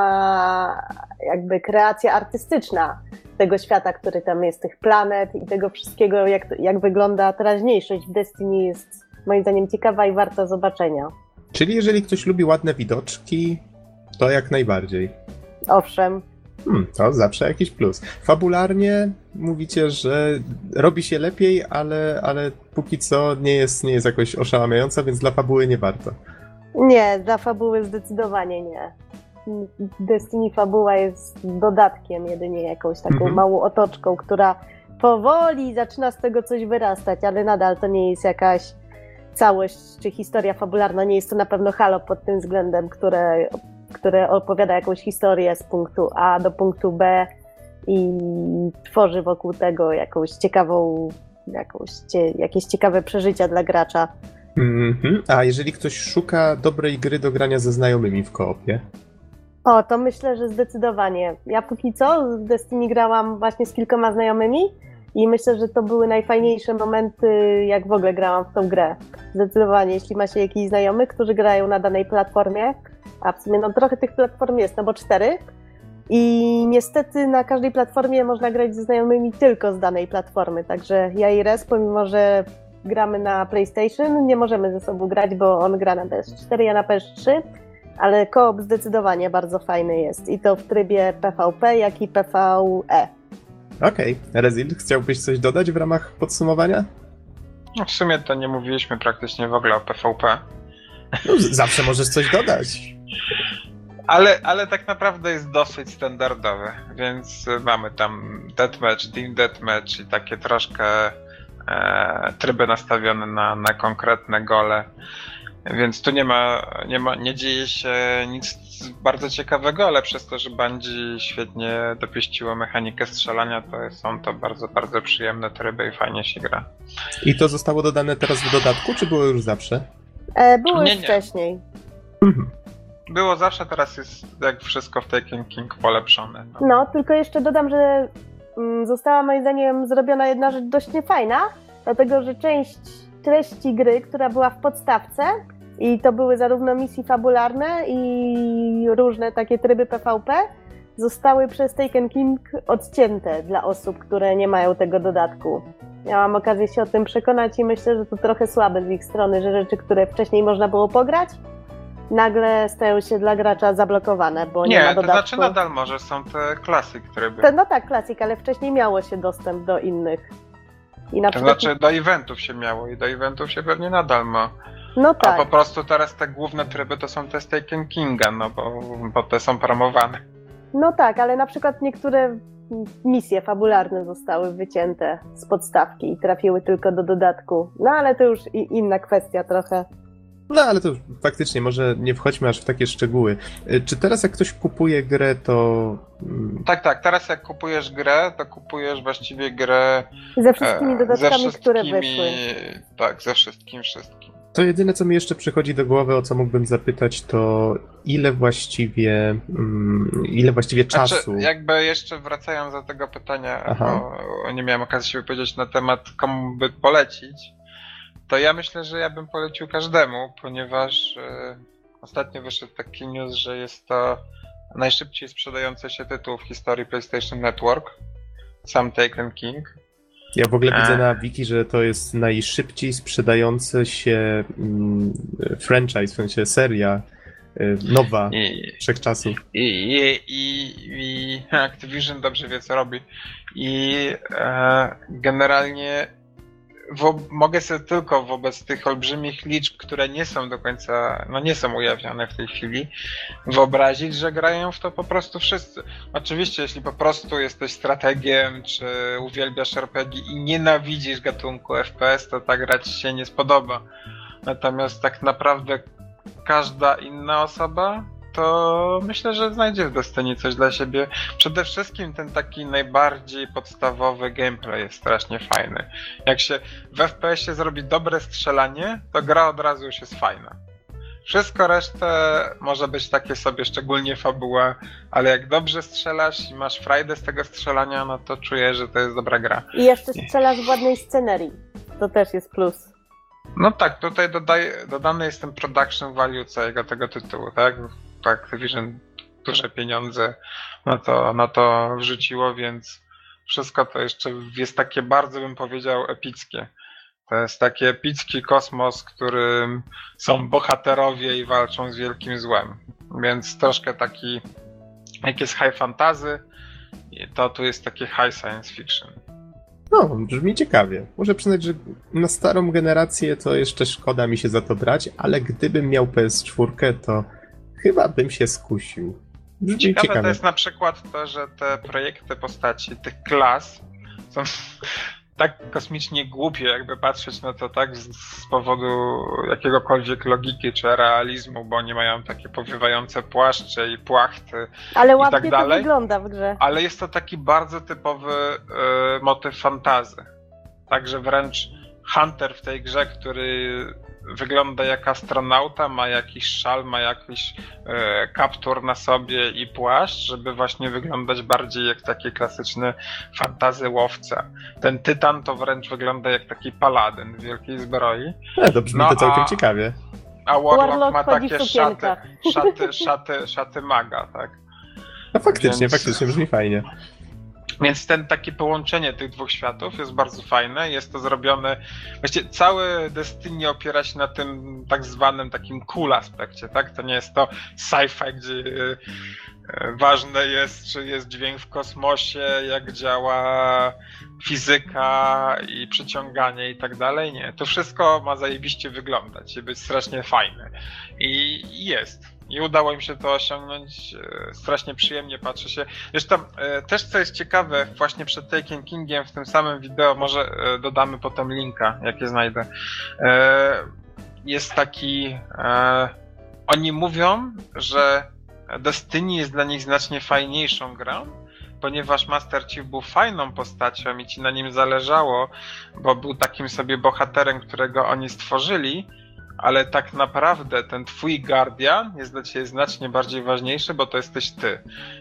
sama jakby kreacja artystyczna tego świata, który tam jest, tych planet i tego wszystkiego, jak, jak wygląda teraźniejszość w Destiny, jest moim zdaniem ciekawa i warta zobaczenia. Czyli jeżeli ktoś lubi ładne widoczki, to jak najbardziej. Owszem. Hmm, to zawsze jakiś plus. Fabularnie mówicie, że robi się lepiej, ale, ale póki co nie jest, nie jest jakoś oszałamiająca, więc dla fabuły nie warto. Nie, dla fabuły zdecydowanie nie. Destiny fabuła jest dodatkiem, jedynie jakąś taką mhm. małą otoczką, która powoli zaczyna z tego coś wyrastać, ale nadal to nie jest jakaś całość czy historia fabularna. Nie jest to na pewno Halo pod tym względem, które, które opowiada jakąś historię z punktu A do punktu B i tworzy wokół tego jakąś ciekawą, jakąś, jakieś ciekawe przeżycia dla gracza. Mhm. A jeżeli ktoś szuka dobrej gry do grania ze znajomymi w koopie? O, to myślę, że zdecydowanie. Ja póki co z Destiny grałam właśnie z kilkoma znajomymi i myślę, że to były najfajniejsze momenty, jak w ogóle grałam w tą grę. Zdecydowanie, jeśli ma się jakichś znajomych, którzy grają na danej platformie, a w sumie no trochę tych platform jest, no bo cztery, i niestety na każdej platformie można grać ze znajomymi tylko z danej platformy, także ja i Res, pomimo że gramy na PlayStation, nie możemy ze sobą grać, bo on gra na P S cztery, ja na P S trzy, ale koop zdecydowanie bardzo fajny jest i to w trybie P V P, jak i P V E. Okej, okay. Rezil, chciałbyś coś dodać w ramach podsumowania? No w sumie to nie mówiliśmy praktycznie w ogóle o P V P. No, zawsze możesz coś dodać. Ale, ale tak naprawdę jest dosyć standardowe, więc mamy tam deathmatch, team deathmatch i takie troszkę e, tryby nastawione na, na konkretne gole. Więc tu nie ma, nie ma, nie dzieje się nic bardzo ciekawego, ale przez to, że Bungie świetnie dopieściło mechanikę strzelania, to są to bardzo, bardzo przyjemne tryby i fajnie się gra. I to zostało dodane teraz w dodatku, czy było już zawsze? E, było nie, już nie. wcześniej. Mhm. Było zawsze, teraz jest jak wszystko w Taken King polepszone. No, no tylko jeszcze dodam, że mm, została moim zdaniem zrobiona jedna rzecz dość niefajna, dlatego że część treści gry, która była w podstawce i to były zarówno misje fabularne i różne takie tryby P V P, zostały przez Taken King odcięte dla osób, które nie mają tego dodatku. Miałam okazję się o tym przekonać i myślę, że to trochę słabe z ich strony, że rzeczy, które wcześniej można było pograć, nagle stają się dla gracza zablokowane, bo nie, nie ma dodatku. Nie, to znaczy nadal może są te klasy, które by... To, no tak, klasik, ale wcześniej miało się dostęp do innych. I na to przykład... znaczy do eventów się miało i do eventów się pewnie nadal ma. No tak. A po prostu teraz te główne tryby to są te z Taken Kinga, no bo, bo te są promowane. No tak, ale na przykład niektóre misje fabularne zostały wycięte z podstawki i trafiły tylko do dodatku. No ale to już i inna kwestia trochę. No ale to faktycznie, może nie wchodźmy aż w takie szczegóły. Czy teraz jak ktoś kupuje grę, to... Tak, tak, teraz jak kupujesz grę, to kupujesz właściwie grę... Ze wszystkimi dodatkami, ze wszystkimi, które wyszły. Tak, ze wszystkim, wszystkim. To jedyne, co mi jeszcze przychodzi do głowy, o co mógłbym zapytać, to ile właściwie um, ile właściwie czasu... Znaczy, jakby jeszcze wracając do tego pytania, bo nie miałem okazji się wypowiedzieć na temat, komu by polecić, to ja myślę, że ja bym polecił każdemu, ponieważ e, ostatnio wyszedł taki news, że jest to najszybciej sprzedający się tytuł w historii PlayStation Network, sam Taken King. Ja w ogóle E. widzę na wiki, że to jest najszybciej sprzedający się mm, franchise, w sensie seria y, nowa I, wszechczasów. i, i, i, i Activision dobrze wie, co robi. I e, generalnie wo, mogę sobie tylko wobec tych olbrzymich liczb, które nie są do końca, no nie są ujawnione w tej chwili, wyobrazić, że grają w to po prostu wszyscy. Oczywiście, jeśli po prostu jesteś strategiem, czy uwielbiasz er pe gie i nienawidzisz gatunku ef pe es, to ta gra ci się nie spodoba. Natomiast tak naprawdę każda inna osoba, to myślę, że znajdzie w Destiny coś dla siebie. Przede wszystkim ten taki najbardziej podstawowy gameplay jest strasznie fajny. Jak się w ef pe esie zrobi dobre strzelanie, to gra od razu już jest fajna. Wszystko resztę może być takie sobie, szczególnie fabuła, ale jak dobrze strzelasz i masz frajdę z tego strzelania, no to czuję, że to jest dobra gra. I jeszcze strzelasz w ładnej scenerii. To też jest plus. No tak, tutaj dodaj, dodany jest ten production value całego tego tytułu, tak? Tak, Activision duże pieniądze na to, na to wrzuciło, więc wszystko to jeszcze jest takie bardzo, bym powiedział, epickie. To jest taki epicki kosmos, w którym są bohaterowie i walczą z wielkim złem. Więc troszkę taki, jak jest high fantasy, to tu jest takie high science fiction. No, brzmi ciekawie. Muszę przyznać, że na starą generację to jeszcze szkoda mi się za to brać, ale gdybym miał pe es cztery, to chyba bym się skusił. Brzmi Ciekawe, ciekawie. to jest na przykład to, że te projekty postaci, tych klas są tak kosmicznie głupie, jakby patrzeć na to tak z, z powodu jakiegokolwiek logiki czy realizmu, bo oni mają takie powiewające płaszcze i płachty. Ale i ładnie tak dalej. to wygląda w grze. Ale jest to taki bardzo typowy y, motyw fantazy. Także wręcz Hunter w tej grze, który wygląda jak astronauta, ma jakiś szal, ma jakiś e, kaptur na sobie i płaszcz, żeby właśnie wyglądać bardziej jak taki klasyczny fantazy łowca. Ten tytan to wręcz wygląda jak taki paladyn w wielkiej zbroi. E, to brzmi No, to całkiem a- ciekawie. A Warlock, Warlock ma chodzi w takie szaty, sukienkach. szaty, szaty, szaty maga, tak? No faktycznie, Więc- faktycznie brzmi fajnie. Więc ten takie połączenie tych dwóch światów jest bardzo fajne. Jest to zrobione. Właściwie cały Destiny opiera się na tym tak zwanym takim cool aspekcie, tak? To nie jest to sci-fi, gdzie y, y, ważne jest, czy jest dźwięk w kosmosie, jak działa fizyka i przyciąganie i tak dalej. Nie. To wszystko ma zajebiście wyglądać i być strasznie fajne. I i jest. I udało im się to osiągnąć, e, strasznie przyjemnie patrzy się. Zresztą e, też co jest ciekawe, właśnie przed Taken Kingiem w tym samym wideo, może e, dodamy potem linka, jak je znajdę, e, jest taki, e, oni mówią, że Destiny jest dla nich znacznie fajniejszą grą, ponieważ Master Chief był fajną postacią i ci na nim zależało, bo był takim sobie bohaterem, którego oni stworzyli, ale tak naprawdę ten twój Guardian jest dla ciebie znacznie bardziej ważniejszy, bo to jesteś ty.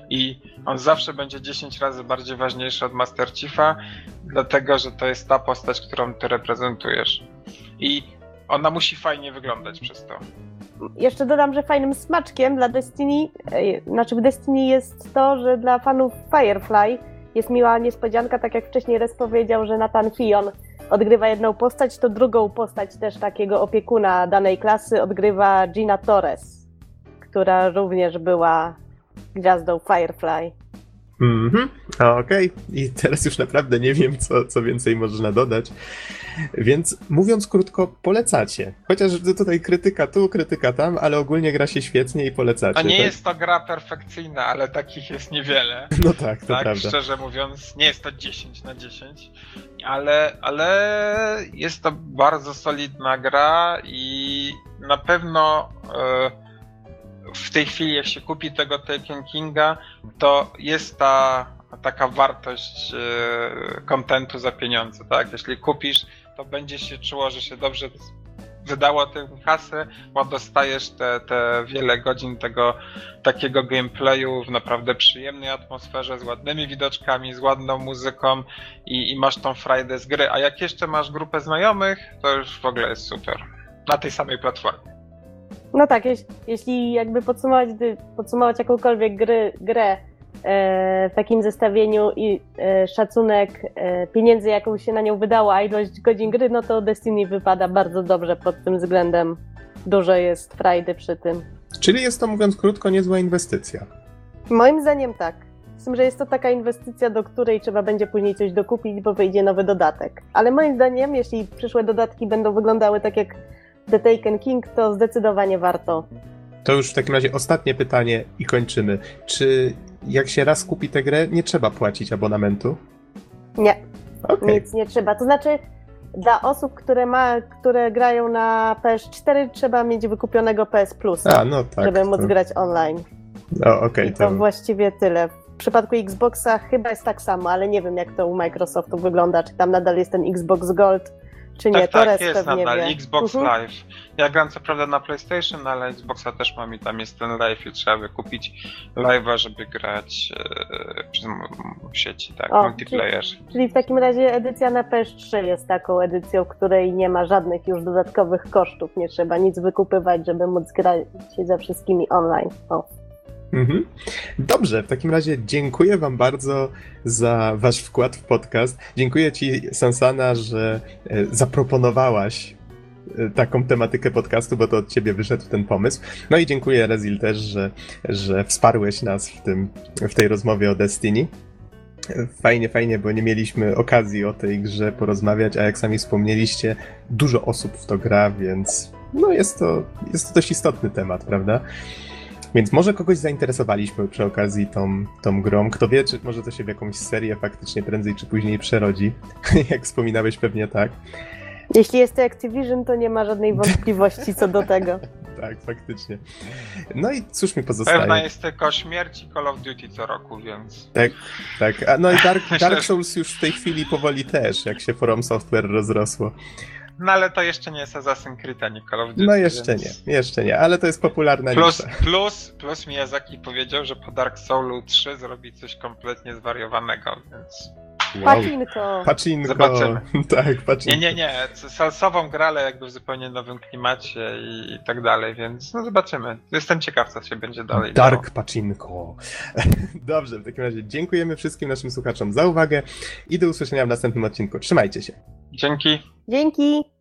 I on zawsze będzie dziesięć razy bardziej ważniejszy od Master Chiefa, dlatego że to jest ta postać, którą ty reprezentujesz. I ona musi fajnie wyglądać przez to. Jeszcze dodam, że fajnym smaczkiem dla Destiny, e, znaczy w Destiny jest to, że dla fanów Firefly jest miła niespodzianka, tak jak wcześniej Rez powiedział, że Nathan Fillion odgrywa jedną postać, to drugą postać też takiego opiekuna danej klasy odgrywa Gina Torres, która również była gwiazdą Firefly. Mhm, okej. I teraz już naprawdę nie wiem, co, co więcej można dodać. Więc mówiąc krótko, polecacie. Chociaż tutaj krytyka tu, krytyka tam, ale ogólnie gra się świetnie i polecacie. To nie tak? jest to gra perfekcyjna, ale takich jest niewiele. No tak, to Tak, prawda. szczerze mówiąc, nie jest to dziesięć na dziesięć, ale, ale jest to bardzo solidna gra i na pewno e, w tej chwili, jak się kupi tego Taken Kinga, to jest ta taka wartość e, kontentu za pieniądze, tak? Jeśli kupisz, to będzie się czuło, że się dobrze wydało tę kasę, bo dostajesz te, te wiele godzin tego takiego gameplayu w naprawdę przyjemnej atmosferze, z ładnymi widoczkami, z ładną muzyką i, i masz tą frajdę z gry. A jak jeszcze masz grupę znajomych, to już w ogóle jest super. Na tej samej platformie. No tak, jeśli, jeśli jakby podsumować, gdy podsumować jakąkolwiek gry, grę e, w takim zestawieniu i e, szacunek e, pieniędzy, jaką się na nią wydało, a ilość godzin gry, no to Destiny wypada bardzo dobrze pod tym względem. Dużo jest frajdy przy tym. Czyli jest to, mówiąc krótko, niezła inwestycja. Moim zdaniem tak. Z tym, że jest to taka inwestycja, do której trzeba będzie później coś dokupić, bo wyjdzie nowy dodatek. Ale moim zdaniem, jeśli przyszłe dodatki będą wyglądały tak jak The Taken King, to zdecydowanie warto. To już w takim razie ostatnie pytanie i kończymy. Czy jak się raz kupi tę grę, nie trzeba płacić abonamentu? Nie, Okej. nic nie trzeba. To znaczy, dla osób, które, ma, które grają na P S cztery, trzeba mieć wykupionego P S Plus, A, no tak. żeby móc to... grać online. O, okej, I to to... właściwie tyle. W przypadku Xboxa chyba jest tak samo, ale nie wiem, jak to u Microsoftu wygląda. Czy tam nadal jest ten Xbox Gold, czy nie. Tak, to tak, Rez jest pewnie nadal wie. Xbox Mhm. Live. Ja gram co prawda na PlayStation, ale Xboxa też mam i tam jest ten live i trzeba wykupić live'a, żeby grać e, przez m- w sieci, tak, O, multiplayer. Czyli w takim razie edycja na P S trzy jest taką edycją, w której nie ma żadnych już dodatkowych kosztów. Nie trzeba nic wykupywać, żeby móc grać się ze wszystkimi online. O. Mhm. Dobrze, w takim razie dziękuję wam bardzo za wasz wkład w podcast. Dziękuję ci, Sansana, że e, zaproponowałaś e, taką tematykę podcastu, bo to od ciebie wyszedł ten pomysł. No i dziękuję, Rezil, też, że, że wsparłeś nas w, tym, w tej rozmowie o Destiny. Fajnie, fajnie, bo nie mieliśmy okazji o tej grze porozmawiać, a jak sami wspomnieliście, dużo osób w to gra, więc no jest to, jest to dość istotny temat, prawda? Więc może kogoś zainteresowaliśmy przy okazji tą, tą grą. Kto wie, czy może to się w jakąś serię faktycznie prędzej czy później przerodzi. Jak wspominałeś, pewnie tak. Jeśli jest to Activision, to nie ma żadnej wątpliwości co do tego. Tak, faktycznie. No i cóż mi pozostaje? Pewna jest tylko śmierć i Call of Duty co roku, więc... Tak, tak. A no i Dark, Myślę, Dark że- Souls już w tej chwili powoli też, jak się From Software rozrosło. No ale to jeszcze nie jest Assassin's Creed, ani Call of Duty. No jeszcze więc... nie, jeszcze nie, ale to jest popularna Plus, nisza. plus, plus Miyazaki powiedział, że po Dark Soulu trzy zrobi coś kompletnie zwariowanego, więc... Pacinko! Pacinko. Zobaczymy. Tak, pacinko. Nie, nie, nie. Salsową grę, ale jakby w zupełnie nowym klimacie i, i tak dalej, więc no zobaczymy. Jestem ciekaw, co się będzie dalej działo. Dark Pacinko. Dobrze, w takim razie dziękujemy wszystkim naszym słuchaczom za uwagę i do usłyszenia w następnym odcinku. Trzymajcie się. Dzięki. Dzięki!